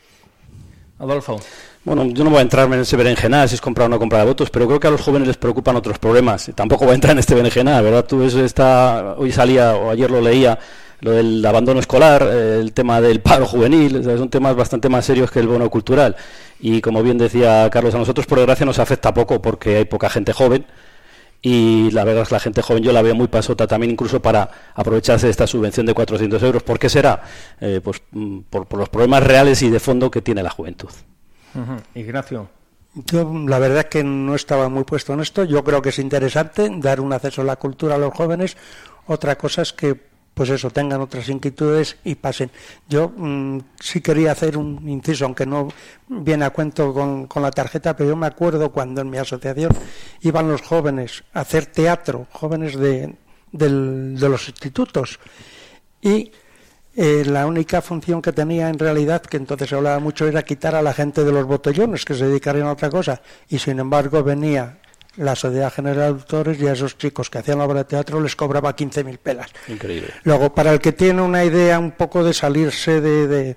Adolfo. Bueno, yo no voy a entrarme en ese berenjenal si es comprar o no comprar votos, pero creo que a los jóvenes les preocupan otros problemas. Tampoco voy a entrar en este berenjenal, ¿verdad? Hoy salía, o ayer lo leía, lo del abandono escolar, el tema del paro juvenil, son temas bastante más serios que el bono cultural. Y como bien decía Carlos, a nosotros por desgracia nos afecta poco porque hay poca gente joven. Y la verdad es que la gente joven yo la veo muy pasota también, incluso para aprovecharse de esta subvención de 400 euros. ¿Por qué será? Pues por los problemas reales y de fondo que tiene la juventud. Ignacio. Yo la verdad es que no estaba muy puesto en esto. Yo creo que es interesante dar un acceso a la cultura a los jóvenes. Otra cosa es que pues eso, tengan otras inquietudes y pasen. Yo sí quería hacer un inciso, aunque no viene a cuento con la tarjeta, pero yo me acuerdo cuando en mi asociación iban los jóvenes a hacer teatro, jóvenes de los institutos, y la única función que tenía en realidad, que entonces se hablaba mucho, era quitar a la gente de los botellones, que se dedicarían a otra cosa, y sin embargo venía la Sociedad General de Autores y a esos chicos que hacían la obra de teatro les cobraba 15.000 pelas. Increíble. Luego, para el que tiene una idea un poco de salirse de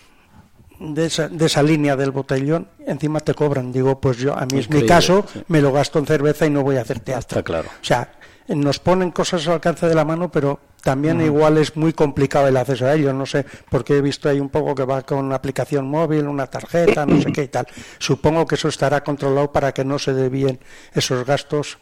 esa línea del botellón, encima te cobran. Digo, pues yo, a mí es mi caso, sí. Me lo gasto en cerveza y no voy a hacer teatro. Está claro. O sea, nos ponen cosas al alcance de la mano, pero también igual es muy complicado el acceso a ellos. No sé, porque he visto ahí un poco que va con una aplicación móvil, una tarjeta, no sé qué y tal. Supongo que eso estará controlado para que no se desvíen esos gastos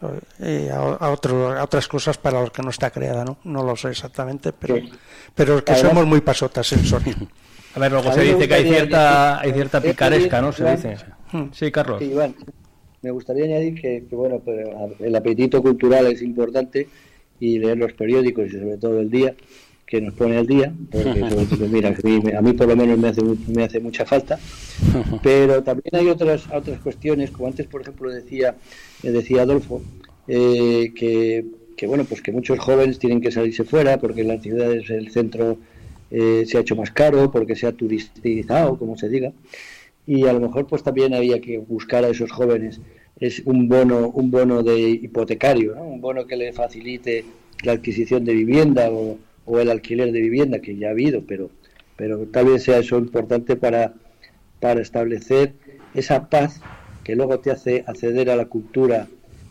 a otras cosas para los que no está creada, ¿no? No lo sé exactamente, pero que además, somos muy pasotas en Soria. A ver, luego se dice que hay cierta picaresca, ¿no? Se dice. Sí, Carlos. Sí, Iván, me gustaría añadir que bueno, pues el apetito cultural es importante y leer los periódicos y sobre todo El Día, que nos pone al día, porque mira, a mí por lo menos me hace mucha falta, pero también hay otras cuestiones, como antes por ejemplo decía Adolfo, que bueno, pues que muchos jóvenes tienen que salirse fuera porque en las ciudades el centro se ha hecho más caro, porque se ha turistizado, como se diga, y a lo mejor pues también había que buscar a esos jóvenes es un bono de hipotecario, ¿no? Un bono que le facilite la adquisición de vivienda o el alquiler de vivienda, que ya ha habido, pero tal vez sea eso importante para establecer esa paz que luego te hace acceder a la cultura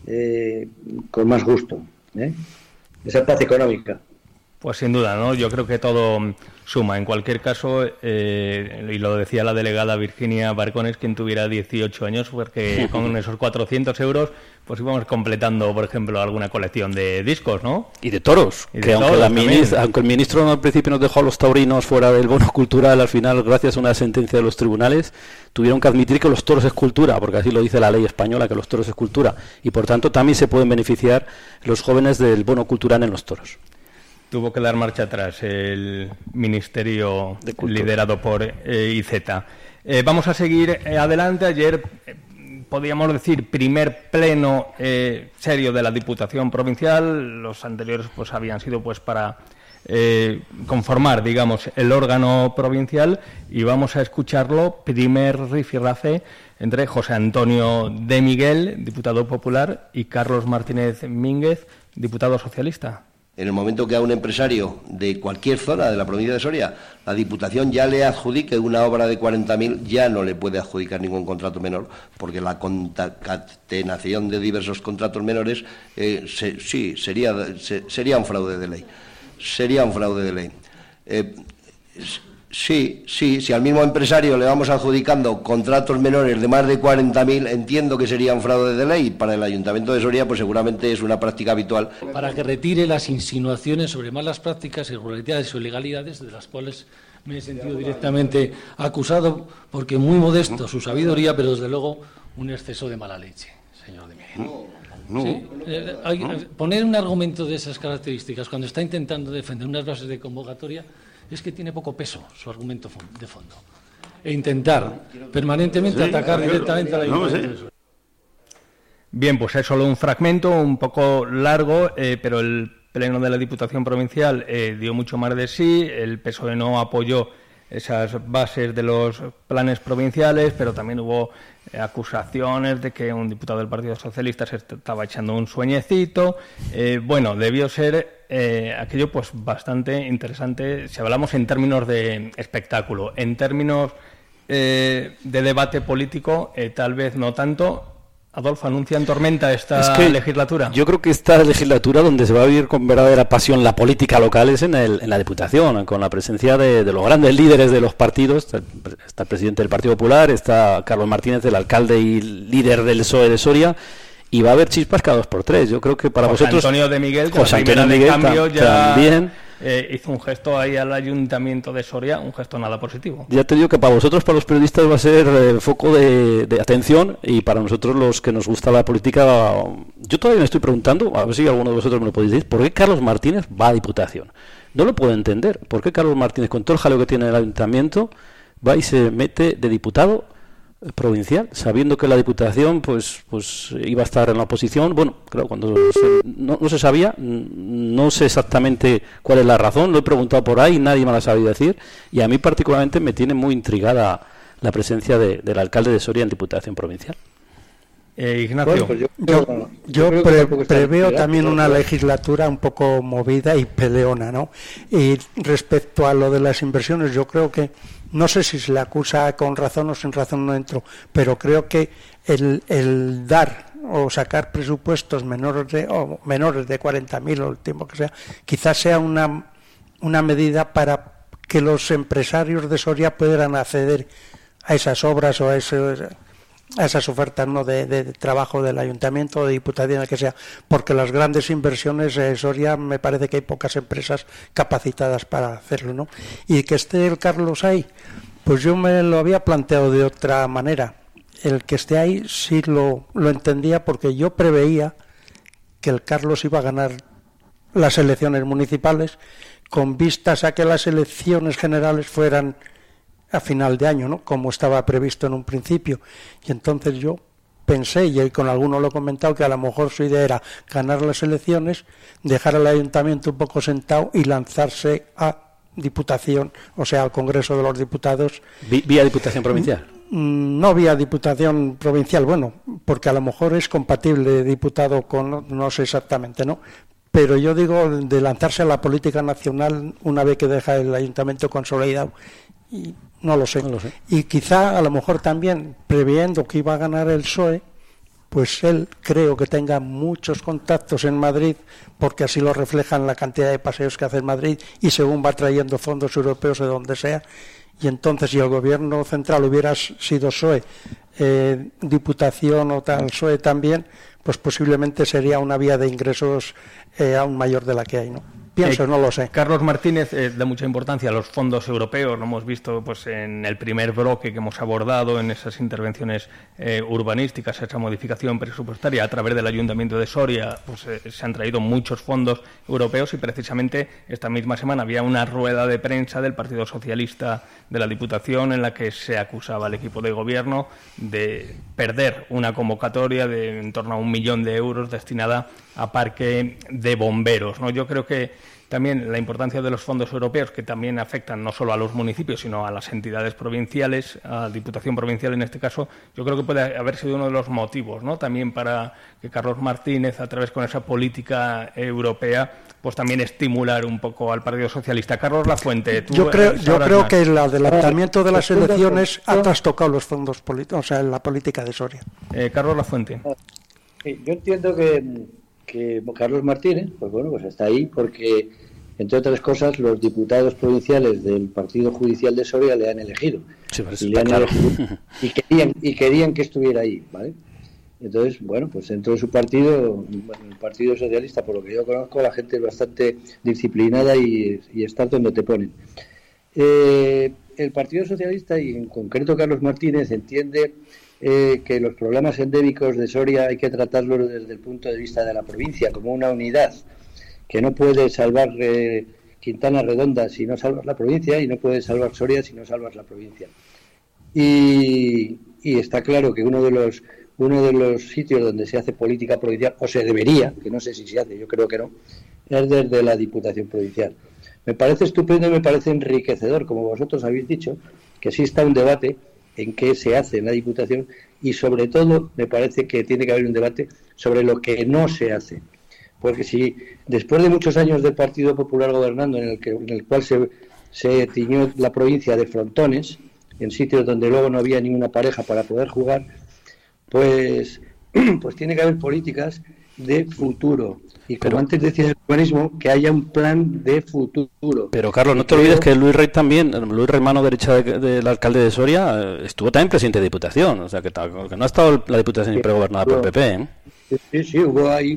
con más gusto, esa paz económica. Pues sin duda, ¿no? Yo creo que todo suma. En cualquier caso, y lo decía la delegada Virginia Barcones, quien tuviera 18 años, porque con esos 400 euros pues íbamos completando, por ejemplo, alguna colección de discos, ¿no? Y de toros, aunque el ministro al principio nos dejó a los taurinos fuera del bono cultural, al final, gracias a una sentencia de los tribunales, tuvieron que admitir que los toros es cultura, porque así lo dice la ley española, que los toros es cultura, y por tanto también se pueden beneficiar los jóvenes del bono cultural en los toros. Tuvo que dar marcha atrás el ministerio liderado por IZ. Vamos a seguir adelante. Ayer, podríamos decir, primer pleno serio de la Diputación Provincial. Los anteriores pues habían sido pues para conformar, digamos, el órgano provincial. Y vamos a escucharlo, primer rifirrafe entre José Antonio de Miguel, diputado popular, y Carlos Martínez Mínguez, diputado socialista. En el momento que a un empresario de cualquier zona de la provincia de Soria la Diputación ya le adjudique una obra de 40.000, ya no le puede adjudicar ningún contrato menor, porque la concatenación de diversos contratos menores sería un fraude de ley. Sería un fraude de ley. Sí, si al mismo empresario le vamos adjudicando contratos menores de más de 40.000, entiendo que sería un fraude de ley. Para el Ayuntamiento de Soria, pues seguramente es una práctica habitual. Para que retire las insinuaciones sobre malas prácticas, irregularidades o ilegalidades de las cuales me he sentido directamente acusado, porque muy modesto su sabiduría, pero desde luego un exceso de mala leche, señor de Miguel. Sí, poner un argumento de esas características cuando está intentando defender unas bases de convocatoria es que tiene poco peso su argumento de fondo. E intentar permanentemente atacar directamente a la Ayuntamiento. Bien, pues es solo un fragmento, un poco largo, pero el Pleno de la Diputación Provincial dio mucho más de sí. El PSOE no apoyó esas bases de los planes provinciales, pero también hubo acusaciones de que un diputado del Partido Socialista se estaba echando un sueñecito. Bueno, debió ser aquello pues bastante interesante si hablamos en términos de espectáculo. En términos de debate político, tal vez no tanto. Adolfo, ¿anuncian tormenta esta legislatura? Yo creo que esta legislatura donde se va a vivir con verdadera pasión la política local es en la Diputación, con la presencia de los grandes líderes de los partidos. Está el presidente del Partido Popular, está Carlos Martínez, el alcalde y líder del PSOE de Soria, y va a haber chispas cada 2x3. Yo creo que para vosotros... José Antonio de Miguel, cambio ya también... hizo un gesto ahí al Ayuntamiento de Soria, un gesto nada positivo. Ya te digo que para vosotros, para los periodistas, va a ser foco de atención, y para nosotros, los que nos gusta la política, yo todavía me estoy preguntando, a ver si alguno de vosotros me lo podéis decir, ¿por qué Carlos Martínez va a Diputación? No lo puedo entender. ¿Por qué Carlos Martínez, con todo el jaleo que tiene el Ayuntamiento, va y se mete de diputado provincial, sabiendo que la Diputación pues iba a estar en la oposición? Bueno, claro, cuando no se sabía, no sé exactamente cuál es la razón, lo he preguntado por ahí, nadie me la sabe decir, y a mí particularmente me tiene muy intrigada la presencia del alcalde de Soria en Diputación provincial. Ignacio. Bueno, pues yo preveo también una legislatura un poco movida y peleona, ¿no? Y respecto a lo de las inversiones, yo creo que, no sé si se le acusa con razón o sin razón, no entro, pero creo que el dar o sacar presupuestos menores de 40.000 o el tiempo que sea, quizás sea una medida para que los empresarios de Soria puedan acceder a esas obras o a esas ofertas, ¿no?, de trabajo del Ayuntamiento o de Diputación, el que sea, porque las grandes inversiones de Soria me parece que hay pocas empresas capacitadas para hacerlo, ¿no? Y que esté el Carlos ahí, pues yo me lo había planteado de otra manera. El que esté ahí sí lo entendía, porque yo preveía que el Carlos iba a ganar las elecciones municipales con vistas a que las elecciones generales fueran a final de año, ¿no?, como estaba previsto en un principio. Y entonces yo pensé, y con alguno lo he comentado, que a lo mejor su idea era ganar las elecciones, dejar al Ayuntamiento un poco sentado y lanzarse a Diputación, o sea, al Congreso de los Diputados. ¿Vía Diputación Provincial? No vía Diputación Provincial, bueno, porque a lo mejor es compatible diputado con, no sé exactamente, ¿no? Pero yo digo de lanzarse a la política nacional una vez que deja el Ayuntamiento consolidado. Y no lo sé. Y quizá a lo mejor también previendo que iba a ganar el PSOE, pues él creo que tenga muchos contactos en Madrid, porque así lo reflejan la cantidad de paseos que hace en Madrid y según va trayendo fondos europeos de donde sea. Y entonces, si el gobierno central hubiera sido PSOE, Diputación o tal PSOE también, pues posiblemente sería una vía de ingresos aún mayor de la que hay, ¿no? Pienso, no lo sé. Carlos Martínez da mucha importancia a los fondos europeos, lo hemos visto pues en el primer bloque que hemos abordado, en esas intervenciones urbanísticas, esa modificación presupuestaria a través del Ayuntamiento de Soria, pues se han traído muchos fondos europeos, y precisamente esta misma semana había una rueda de prensa del Partido Socialista de la Diputación en la que se acusaba al equipo de gobierno de perder una convocatoria de en torno a 1 millón de euros destinada a parque de bomberos, ¿no? Yo creo que también la importancia de los fondos europeos, que también afectan no solo a los municipios, sino a las entidades provinciales, a la Diputación Provincial en este caso, yo creo que puede haber sido uno de los motivos, ¿no?, también para que Carlos Martínez, a través con esa política europea, pues también estimular un poco al Partido Socialista. Carlos Lafuente, yo creo que el adelantamiento de las elecciones ha trastocado los fondos políticos, o sea, la política de Soria. Carlos Lafuente. Yo entiendo que Carlos Martínez, pues bueno, pues está ahí porque entre otras cosas, los diputados provinciales del Partido Judicial de Soria le han elegido. Sí, y, le han elegido y querían que estuviera ahí, ¿vale? Entonces, bueno, pues dentro de su partido, el Partido Socialista, por lo que yo conozco, la gente es bastante disciplinada y está donde te ponen. El Partido Socialista, y en concreto Carlos Martínez, entiende que los problemas endémicos de Soria hay que tratarlos desde el punto de vista de la provincia, como una unidad, que no puede salvar Quintana Redonda si no salvas la provincia, y no puede salvar Soria si no salvas la provincia. Y está claro que uno de los sitios donde se hace política provincial, o se debería, que no sé si se hace, yo creo que no, es desde la Diputación Provincial. Me parece estupendo y me parece enriquecedor, como vosotros habéis dicho, que exista un debate en qué se hace en la Diputación, y sobre todo me parece que tiene que haber un debate sobre lo que no se hace. Porque si después de muchos años del Partido Popular gobernando, en el cual se tiñó la provincia de frontones, en sitios donde luego no había ninguna pareja para poder jugar, pues tiene que haber políticas de futuro. Y como antes decía el urbanismo, que haya un plan de futuro. Pero Carlos, no te olvides que Luis Rey también, Luis Rey, mano derecha del alcalde de Soria, estuvo también presidente de Diputación. O sea, que no ha estado la Diputación siempre gobernada por el PP, ¿eh? Sí, hubo ahí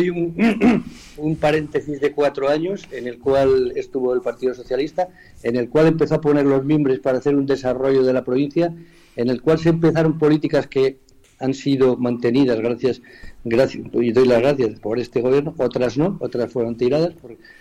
un paréntesis de 4 años en el cual estuvo el Partido Socialista, en el cual empezó a poner los mimbres para hacer un desarrollo de la provincia, en el cual se empezaron políticas que han sido mantenidas gracias, y doy las gracias por este gobierno, otras no, otras fueron tiradas,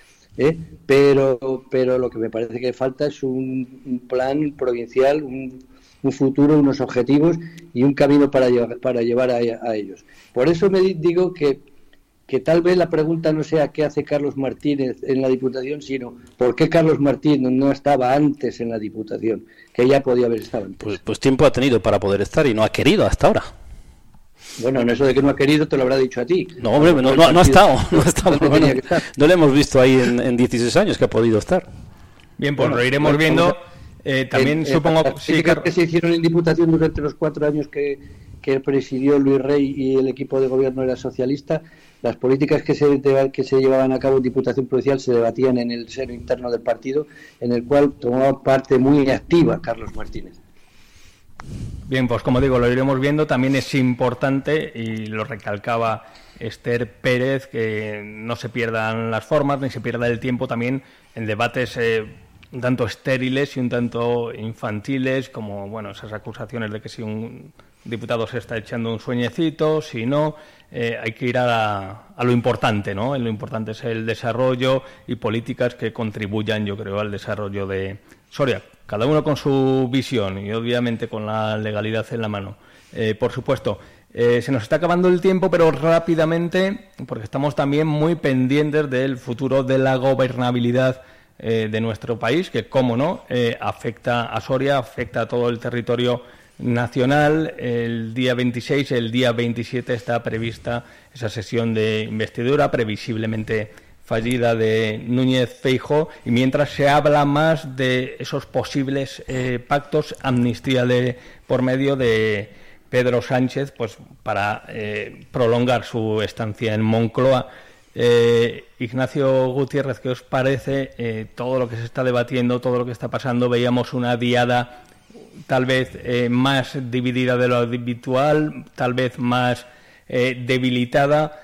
pero lo que me parece que falta es un plan provincial, un futuro, unos objetivos y un camino para llevar a ellos. Por eso me digo que tal vez la pregunta no sea qué hace Carlos Martínez en la Diputación, sino por qué Carlos Martínez no estaba antes en la Diputación, que ya podía haber estado antes. Pues tiempo ha tenido para poder estar y no ha querido hasta ahora. Bueno, en eso de que no ha querido te lo habrá dicho a ti. No, hombre, no ha estado. Bueno, no le hemos visto ahí en 16 años que ha podido estar. Bien, pues lo iremos viendo. También supongo las políticas que se hicieron en Diputación durante los 4 años que presidió Luis Rey y el equipo de gobierno era socialista, las políticas que se llevaban a cabo en Diputación Provincial se debatían en el seno interno del partido, en el cual tomaba parte muy activa Carlos Martínez. Bien, pues como digo, lo iremos viendo. También es importante, y lo recalcaba Esther Pérez, que no se pierdan las formas ni se pierda el tiempo también en debates un tanto estériles y un tanto infantiles, como esas acusaciones de que si un diputado se está echando un sueñecito, si no, hay que ir a lo importante, ¿no? Lo importante es el desarrollo y políticas que contribuyan, yo creo, al desarrollo de Soria. Cada uno con su visión y obviamente con la legalidad en la mano. Por supuesto, se nos está acabando el tiempo, pero rápidamente, porque estamos también muy pendientes del futuro de la gobernabilidad de nuestro país, que, cómo no, afecta a Soria, afecta a todo el territorio nacional. El día 26, el día 27 está prevista esa sesión de investidura, previsiblemente fallida, de Núñez Feijóo, y mientras se habla más de esos posibles pactos, amnistía por medio de Pedro Sánchez, pues para prolongar su estancia en Moncloa. Ignacio Gutiérrez, ¿qué os parece todo lo que se está debatiendo, todo lo que está pasando? Veíamos una diada tal vez más dividida de lo habitual, tal vez más debilitada.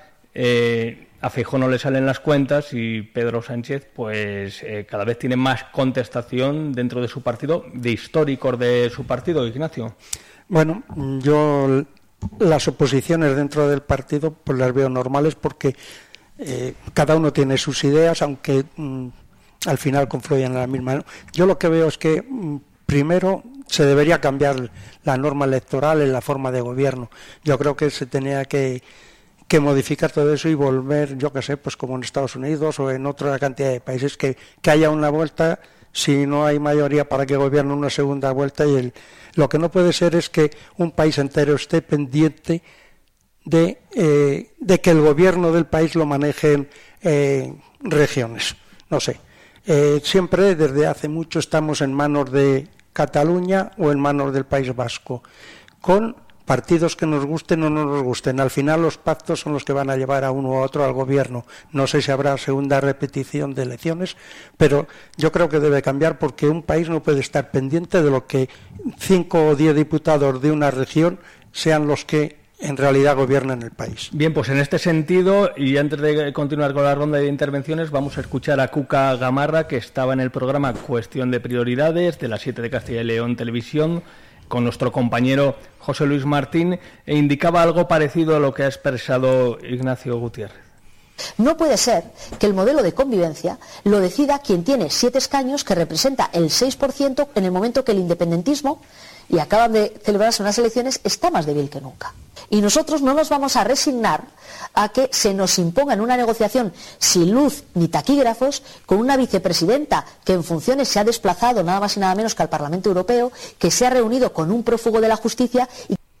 A Feijóo no le salen las cuentas y Pedro Sánchez pues cada vez tiene más contestación dentro de su partido, de históricos de su partido. Ignacio. Bueno, yo las oposiciones dentro del partido pues las veo normales, porque cada uno tiene sus ideas, aunque al final confluyen en la misma, ¿no? Yo lo que veo es que primero se debería cambiar la norma electoral en la forma de gobierno. Yo creo que se tenía que modificar todo eso y volver, yo qué sé, pues como en Estados Unidos o en otra cantidad de países, que haya una vuelta, si no hay mayoría, para que gobierne una segunda vuelta. Y lo que no puede ser es que un país entero esté pendiente de que el gobierno del país lo manejen regiones. No sé, siempre desde hace mucho estamos en manos de Cataluña o en manos del País Vasco, con partidos que nos gusten o no nos gusten. Al final los pactos son los que van a llevar a uno u otro al gobierno. No sé si habrá segunda repetición de elecciones, pero yo creo que debe cambiar, porque un país no puede estar pendiente de lo que 5 o 10 diputados de una región sean los que en realidad gobiernan el país. Bien, pues en este sentido, y antes de continuar con la ronda de intervenciones, vamos a escuchar a Cuca Gamarra, que estaba en el programa Cuestión de Prioridades de las 7 de Castilla y León Televisión, con nuestro compañero José Luis Martín, e indicaba algo parecido a lo que ha expresado Ignacio Gutiérrez. No puede ser que el modelo de convivencia lo decida quien tiene 7 escaños, que representa el 6%, en el momento que el independentismo, y acaban de celebrarse unas elecciones, está más débil que nunca. Y nosotros no nos vamos a resignar a que se nos imponga en una negociación sin luz ni taquígrafos, con una vicepresidenta que en funciones se ha desplazado nada más y nada menos que al Parlamento Europeo, que se ha reunido con un prófugo de la justicia.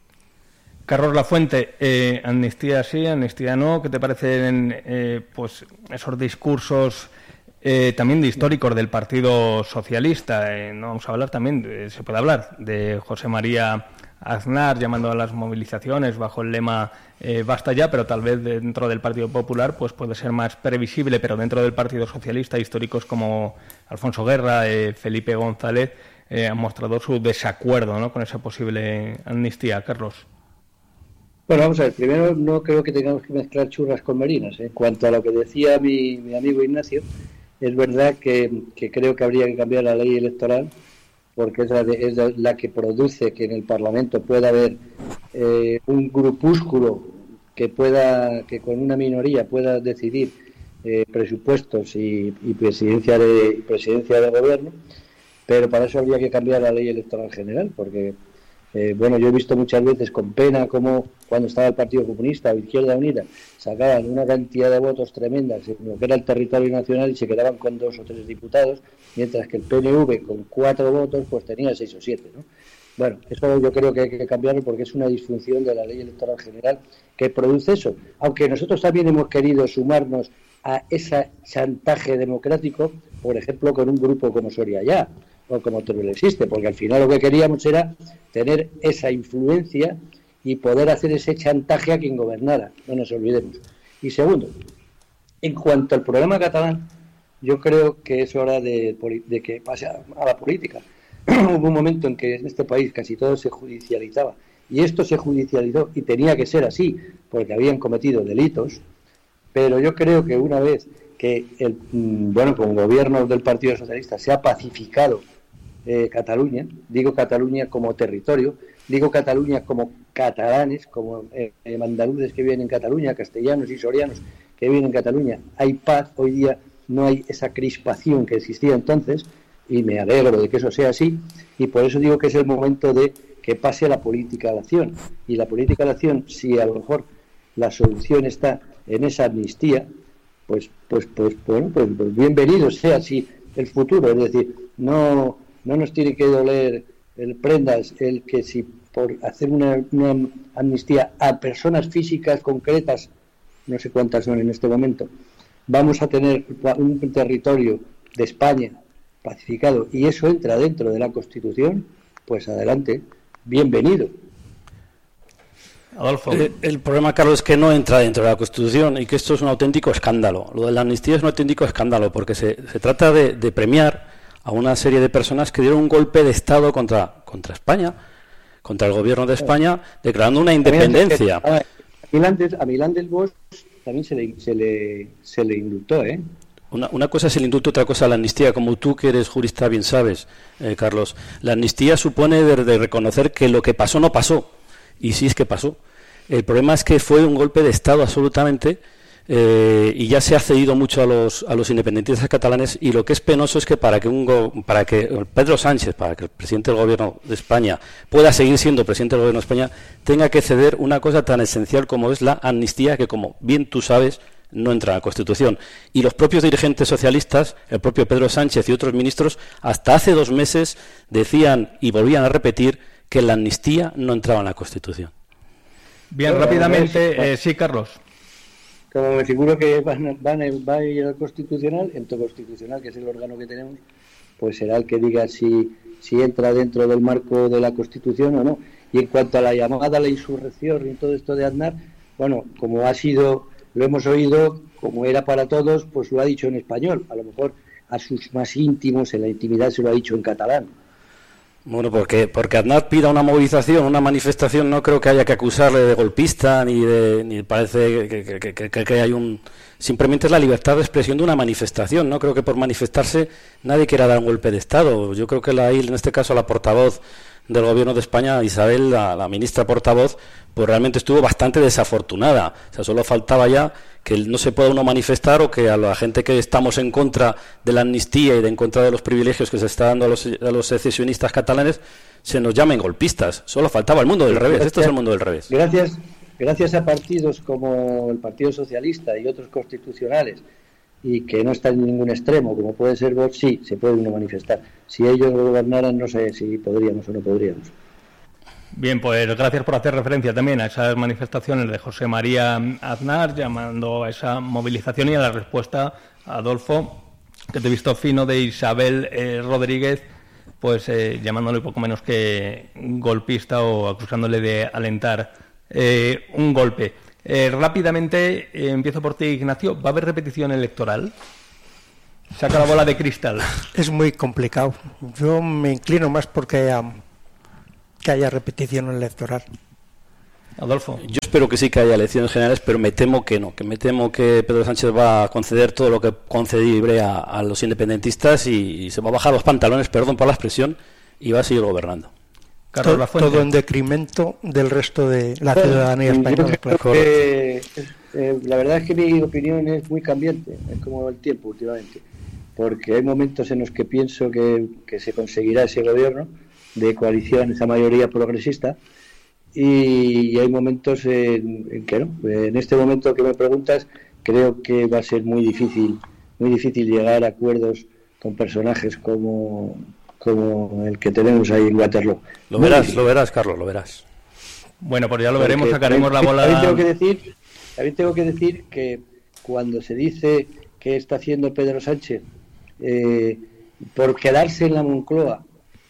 Carlos Lafuente, amnistía sí, amnistía no. ¿Qué te parecen pues esos discursos también de históricos del Partido Socialista? No vamos a hablar también, se puede hablar de José María Aznar llamando a las movilizaciones bajo el lema basta ya, pero tal vez dentro del Partido Popular pues puede ser más previsible, pero dentro del Partido Socialista históricos como Alfonso Guerra, Felipe González han mostrado su desacuerdo, ¿no?, con esa posible amnistía. Carlos. Bueno, vamos a ver, primero no creo que tengamos que mezclar churras con merinas. En cuanto a lo que decía mi amigo Ignacio, es verdad que creo que habría que cambiar la ley electoral, porque es la que produce que en el Parlamento pueda haber un grupúsculo que con una minoría pueda decidir presupuestos y presidencia de gobierno, pero para eso habría que cambiar la ley electoral general, porque yo he visto muchas veces con pena cómo cuando estaba el Partido Comunista o Izquierda Unida sacaban una cantidad de votos tremendas en lo que era el territorio nacional y se quedaban con 2 o 3 diputados, mientras que el PNV con 4 votos pues tenía 6 o 7, ¿no? Bueno, eso yo creo que hay que cambiarlo, porque es una disfunción de la ley electoral general que produce eso. Aunque nosotros también hemos querido sumarnos a ese chantaje democrático, por ejemplo, con un grupo como Soria Ya o como Teruel Existe, porque al final lo que queríamos era tener esa influencia y poder hacer ese chantaje a quien gobernara, no nos olvidemos. Y segundo, en cuanto al problema catalán, yo creo que es hora de que pase a la política. Hubo un momento en que en este país casi todo se judicializaba, y esto se judicializó y tenía que ser así, porque habían cometido delitos, pero yo creo que una vez que con gobierno del Partido Socialista se ha pacificado Cataluña, digo Cataluña como territorio, digo Cataluña como catalanes, como andaluces que viven en Cataluña, castellanos y sorianos que viven en Cataluña, hay paz. Hoy día no hay esa crispación que existía entonces, y me alegro de que eso sea así, y por eso digo que es el momento de que pase a la política de acción. Y la política de acción, si a lo mejor la solución está en esa amnistía, pues bienvenido sea así el futuro. Es decir, no nos tiene que doler prendas el que si por hacer una amnistía a personas físicas concretas, no sé cuántas son en este momento, vamos a tener un territorio de España pacificado y eso entra dentro de la Constitución, pues adelante, bienvenido. Adolfo. El problema, Carlos, es que no entra dentro de la Constitución y que esto es un auténtico escándalo. Lo de la amnistía es un auténtico escándalo, porque se trata de premiar a una serie de personas que dieron un golpe de Estado contra España, contra el gobierno de España, declarando una independencia. A Milán del Bosch también se le indultó, ¿eh? Una cosa es el indulto, otra cosa la amnistía. Como tú, que eres jurista, bien sabes, Carlos, la amnistía supone de reconocer que lo que pasó no pasó, y sí es que pasó. El problema es que fue un golpe de Estado absolutamente, y ya se ha cedido mucho a los independentistas catalanes, y lo que es penoso es que para que Pedro Sánchez, para que el presidente del gobierno de España pueda seguir siendo presidente del gobierno de España, tenga que ceder una cosa tan esencial como es la amnistía, que, como bien tú sabes, no entra en la Constitución. Y los propios dirigentes socialistas, el propio Pedro Sánchez y otros ministros, hasta hace 2 meses decían y volvían a repetir que la amnistía no entraba en la Constitución. Bien, rápidamente, sí, Carlos. Como me figuro que va a ir al Constitucional, el Constitucional, que es el órgano que tenemos, pues será el que diga si entra dentro del marco de la Constitución o no. Y en cuanto a la llamada a la insurrección y todo esto de Aznar, bueno, como ha sido, lo hemos oído, como era para todos, pues lo ha dicho en español. A lo mejor a sus más íntimos, en la intimidad, se lo ha dicho en catalán. Bueno, porque Aznar pida una movilización, una manifestación, no creo que haya que acusarle de golpista, ni parece que hay un... Simplemente es la libertad de expresión de una manifestación. No creo que por manifestarse nadie quiera dar un golpe de Estado. Yo creo que en este caso la portavoz del Gobierno de España, Isabel, la ministra portavoz, pues realmente estuvo bastante desafortunada. O sea, solo faltaba ya que no se pueda uno manifestar, o que a la gente que estamos en contra de la amnistía y en contra de los privilegios que se está dando a los secesionistas catalanes se nos llamen golpistas. Solo faltaba el mundo del revés. Esto es el mundo del revés. Gracias a partidos como el Partido Socialista y otros constitucionales, y que no están en ningún extremo, como puede ser Vox, sí, se puede uno manifestar. Si ellos gobernaran, no sé si podríamos o no podríamos. Bien, pues gracias por hacer referencia también a esas manifestaciones de José María Aznar, llamando a esa movilización, y a la respuesta, Adolfo, que te he visto fino, de Isabel Rodríguez, pues llamándole poco menos que golpista, o acusándole de alentar un golpe. Rápidamente, empiezo por ti, Ignacio. ¿Va a haber repetición electoral? Saca la bola de cristal. Es muy complicado. Yo me inclino más porque haya repetición electoral. Adolfo. Yo espero que sí, que haya elecciones generales, pero me temo que no, que me temo que Pedro Sánchez va a conceder todo lo que concedible a los independentistas, y se va a bajar los pantalones, perdón por la expresión, y va a seguir gobernando. Carlos Lafuente. Todo en decremento del resto de la ciudadanía española. La verdad es que mi opinión es muy cambiante, es como el tiempo últimamente, porque hay momentos en los que pienso que se conseguirá ese gobierno de coalición, esa mayoría progresista, y hay momentos en que no. En este momento que me preguntas, creo que va a ser muy difícil llegar a acuerdos con personajes como el que tenemos ahí en Waterloo. Lo verás, Carlos, lo verás. Bueno, pues ya lo veremos, sacaremos la bola. También tengo que decir que cuando se dice que está haciendo Pedro Sánchez por quedarse en la Moncloa,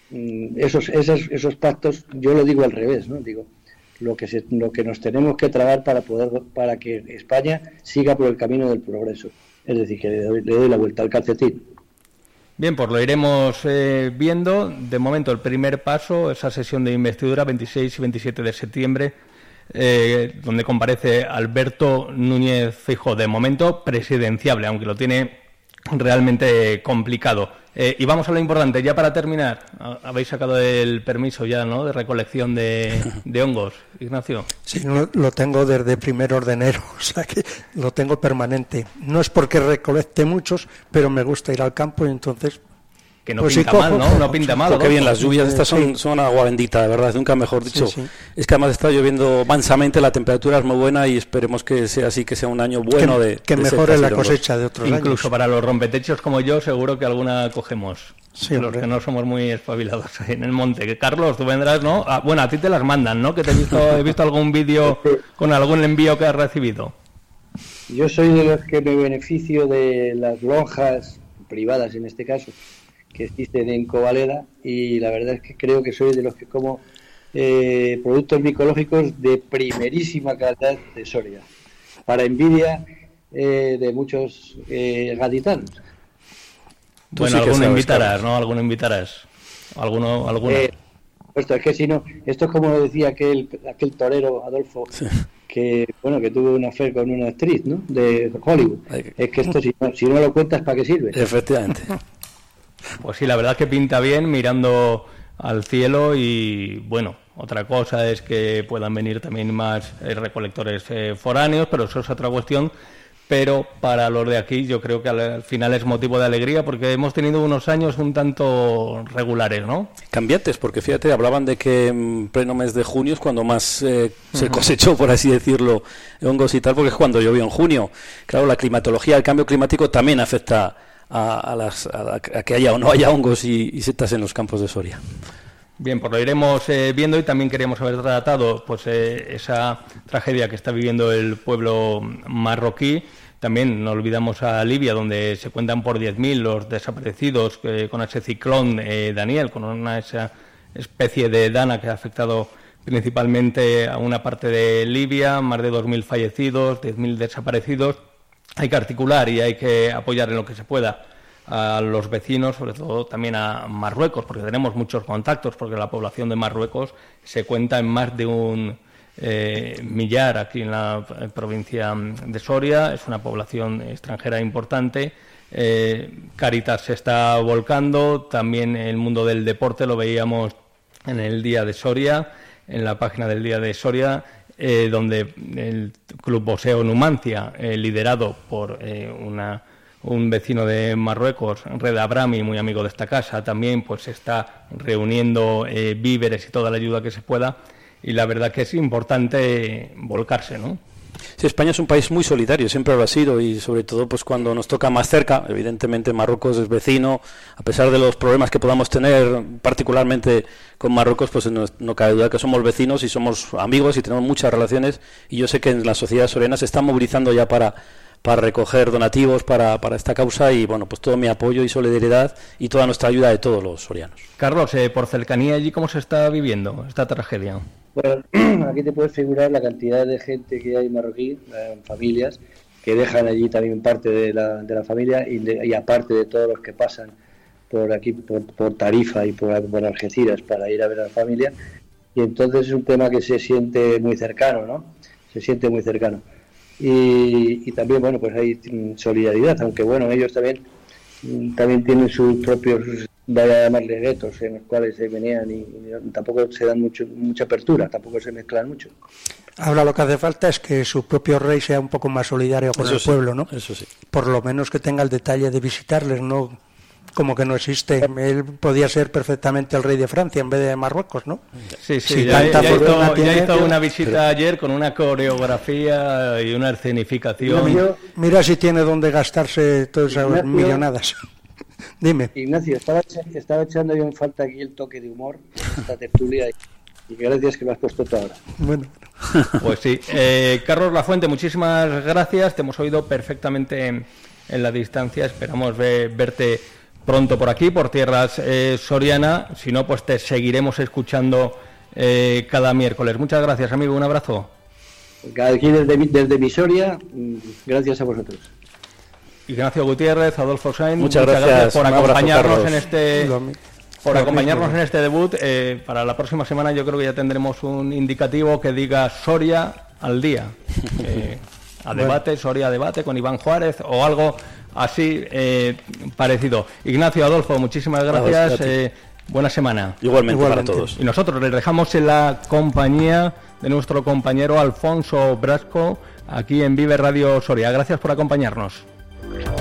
esos pactos, yo lo digo al revés, ¿no? Digo, lo que nos tenemos que tragar para que España siga por el camino del progreso. Es decir, que le doy la vuelta al calcetín. Bien, pues lo iremos viendo. De momento, el primer paso, esa sesión de investidura, 26 y 27 de septiembre, donde comparece Alberto Núñez Feijóo, de momento presidenciable, aunque lo tiene realmente complicado. Y vamos a lo importante, ya para terminar. Habéis sacado el permiso ya, ¿no?, de recolección de hongos, Ignacio. Sí, lo tengo desde 1 de enero, o sea que lo tengo permanente. No es porque recolecte muchos, pero me gusta ir al campo, y entonces... Que no pues pinta mal, ¿no? No pinta mal. Qué bien, las lluvias estas son agua bendita, de verdad, nunca mejor dicho. Sí. Es que además está lloviendo mansamente, la temperatura es muy buena, y esperemos que sea así, que sea un año bueno que mejore la cosecha de otros años. Incluso para los rompetechos como yo, seguro que alguna cogemos. Sí, los que no somos muy espabilados en el monte. Que Carlos, tú vendrás, ¿no? Bueno, a ti te las mandan, ¿no? Que he visto algún vídeo con algún envío que has recibido. Yo soy de los que me beneficio de las lonjas privadas, en este caso, que existen en Covaleda, y la verdad es que creo que soy de los que como productos micológicos de primerísima calidad de Soria, para envidia de muchos gaditanos. Bueno, sí, alguno invitarás, ¿no? Alguno invitarás. ¿Alguna? Esto es que si no, esto es como decía aquel torero, Adolfo, sí, que tuvo una fe con una actriz, ¿no?, de Hollywood. Es que esto si no lo cuentas, ¿para qué sirve? Efectivamente. Pues sí, la verdad es que pinta bien, mirando al cielo, y bueno, otra cosa es que puedan venir también más recolectores foráneos, pero eso es otra cuestión. Pero para los de aquí yo creo que al final es motivo de alegría, porque hemos tenido unos años un tanto regulares, ¿no? Cambiantes, porque fíjate, hablaban de que en pleno mes de junio es cuando más se cosechó, por así decirlo, hongos y tal, porque es cuando llovió en junio. Claro, la climatología, el cambio climático también afecta a que haya o no haya hongos y setas en los campos de Soria. Bien, pues lo iremos viendo, y también queríamos haber tratado pues esa tragedia que está viviendo el pueblo marroquí. También no olvidamos a Libia, donde se cuentan por 10.000 los desaparecidos con ese ciclón Daniel, con esa especie de dana que ha afectado principalmente a una parte de Libia, más de 2.000 fallecidos, 10.000 desaparecidos. Hay que articular y hay que apoyar en lo que se pueda a los vecinos, sobre todo también a Marruecos, porque tenemos muchos contactos, porque la población de Marruecos se cuenta en más de un millar aquí en la provincia de Soria. Es una población extranjera importante. Cáritas se está volcando, también el mundo del deporte lo veíamos en el Día de Soria, en la página del Día de Soria, donde el Club Boxeo Numancia, liderado por un vecino de Marruecos, Reda Abrami, muy amigo de esta casa, también pues está reuniendo víveres y toda la ayuda que se pueda, y la verdad que es importante volcarse, ¿no? Sí, España es un país muy solidario, siempre lo ha sido, y sobre todo pues cuando nos toca más cerca. Evidentemente Marruecos es vecino, a pesar de los problemas que podamos tener, particularmente con Marruecos, pues no cabe duda que somos vecinos y somos amigos y tenemos muchas relaciones, y yo sé que en la sociedad soriana se están movilizando ya para recoger donativos para esta causa, y bueno, pues todo mi apoyo y solidaridad y toda nuestra ayuda de todos los sorianos. Carlos, por cercanía allí, ¿cómo se está viviendo esta tragedia? Bueno, aquí te puedes figurar la cantidad de gente que hay marroquí, familias, que dejan allí también parte de la familia y aparte de todos los que pasan por aquí, por Tarifa y por Algeciras para ir a ver a la familia, y entonces es un tema que se siente muy cercano, ¿no? Se siente muy cercano. Y también, bueno, pues hay solidaridad, aunque bueno, ellos también tienen sus propios, vaya a llamarle guetos, en los cuales se venían y tampoco se dan mucha apertura, tampoco se mezclan mucho. Ahora lo que hace falta es que su propio rey sea un poco más solidario con el pueblo, ¿no? Eso sí. Por lo menos que tenga el detalle de visitarles, no como que no existe. Él podía ser perfectamente el rey de Francia en vez de Marruecos, ¿no? Sí, ya hizo una visita ayer con una coreografía y una escenificación. Mira si tiene dónde gastarse todas esas millonadas. Dime. Ignacio, estaba echando yo en falta aquí el toque de humor, esta tertulia, y gracias que lo has puesto tú ahora. Bueno. Pues sí. Carlos Lafuente, muchísimas gracias. Te hemos oído perfectamente en la distancia. Esperamos verte pronto por aquí, por tierras Soriana. Si no, pues te seguiremos escuchando cada miércoles. Muchas gracias, amigo. Un abrazo. Aquí desde mi Soria, gracias a vosotros. Ignacio Gutiérrez, Adolfo Sainz, muchas gracias por acompañarnos en este debut. Para la próxima semana yo creo que ya tendremos un indicativo que diga Soria al día. A debate, Soria a debate con Iván Juárez o algo así parecido. Ignacio, Adolfo, muchísimas gracias. Buena semana. Igualmente para todos. Y nosotros les dejamos en la compañía de nuestro compañero Alfonso Blasco aquí en Vive Radio Soria. Gracias por acompañarnos.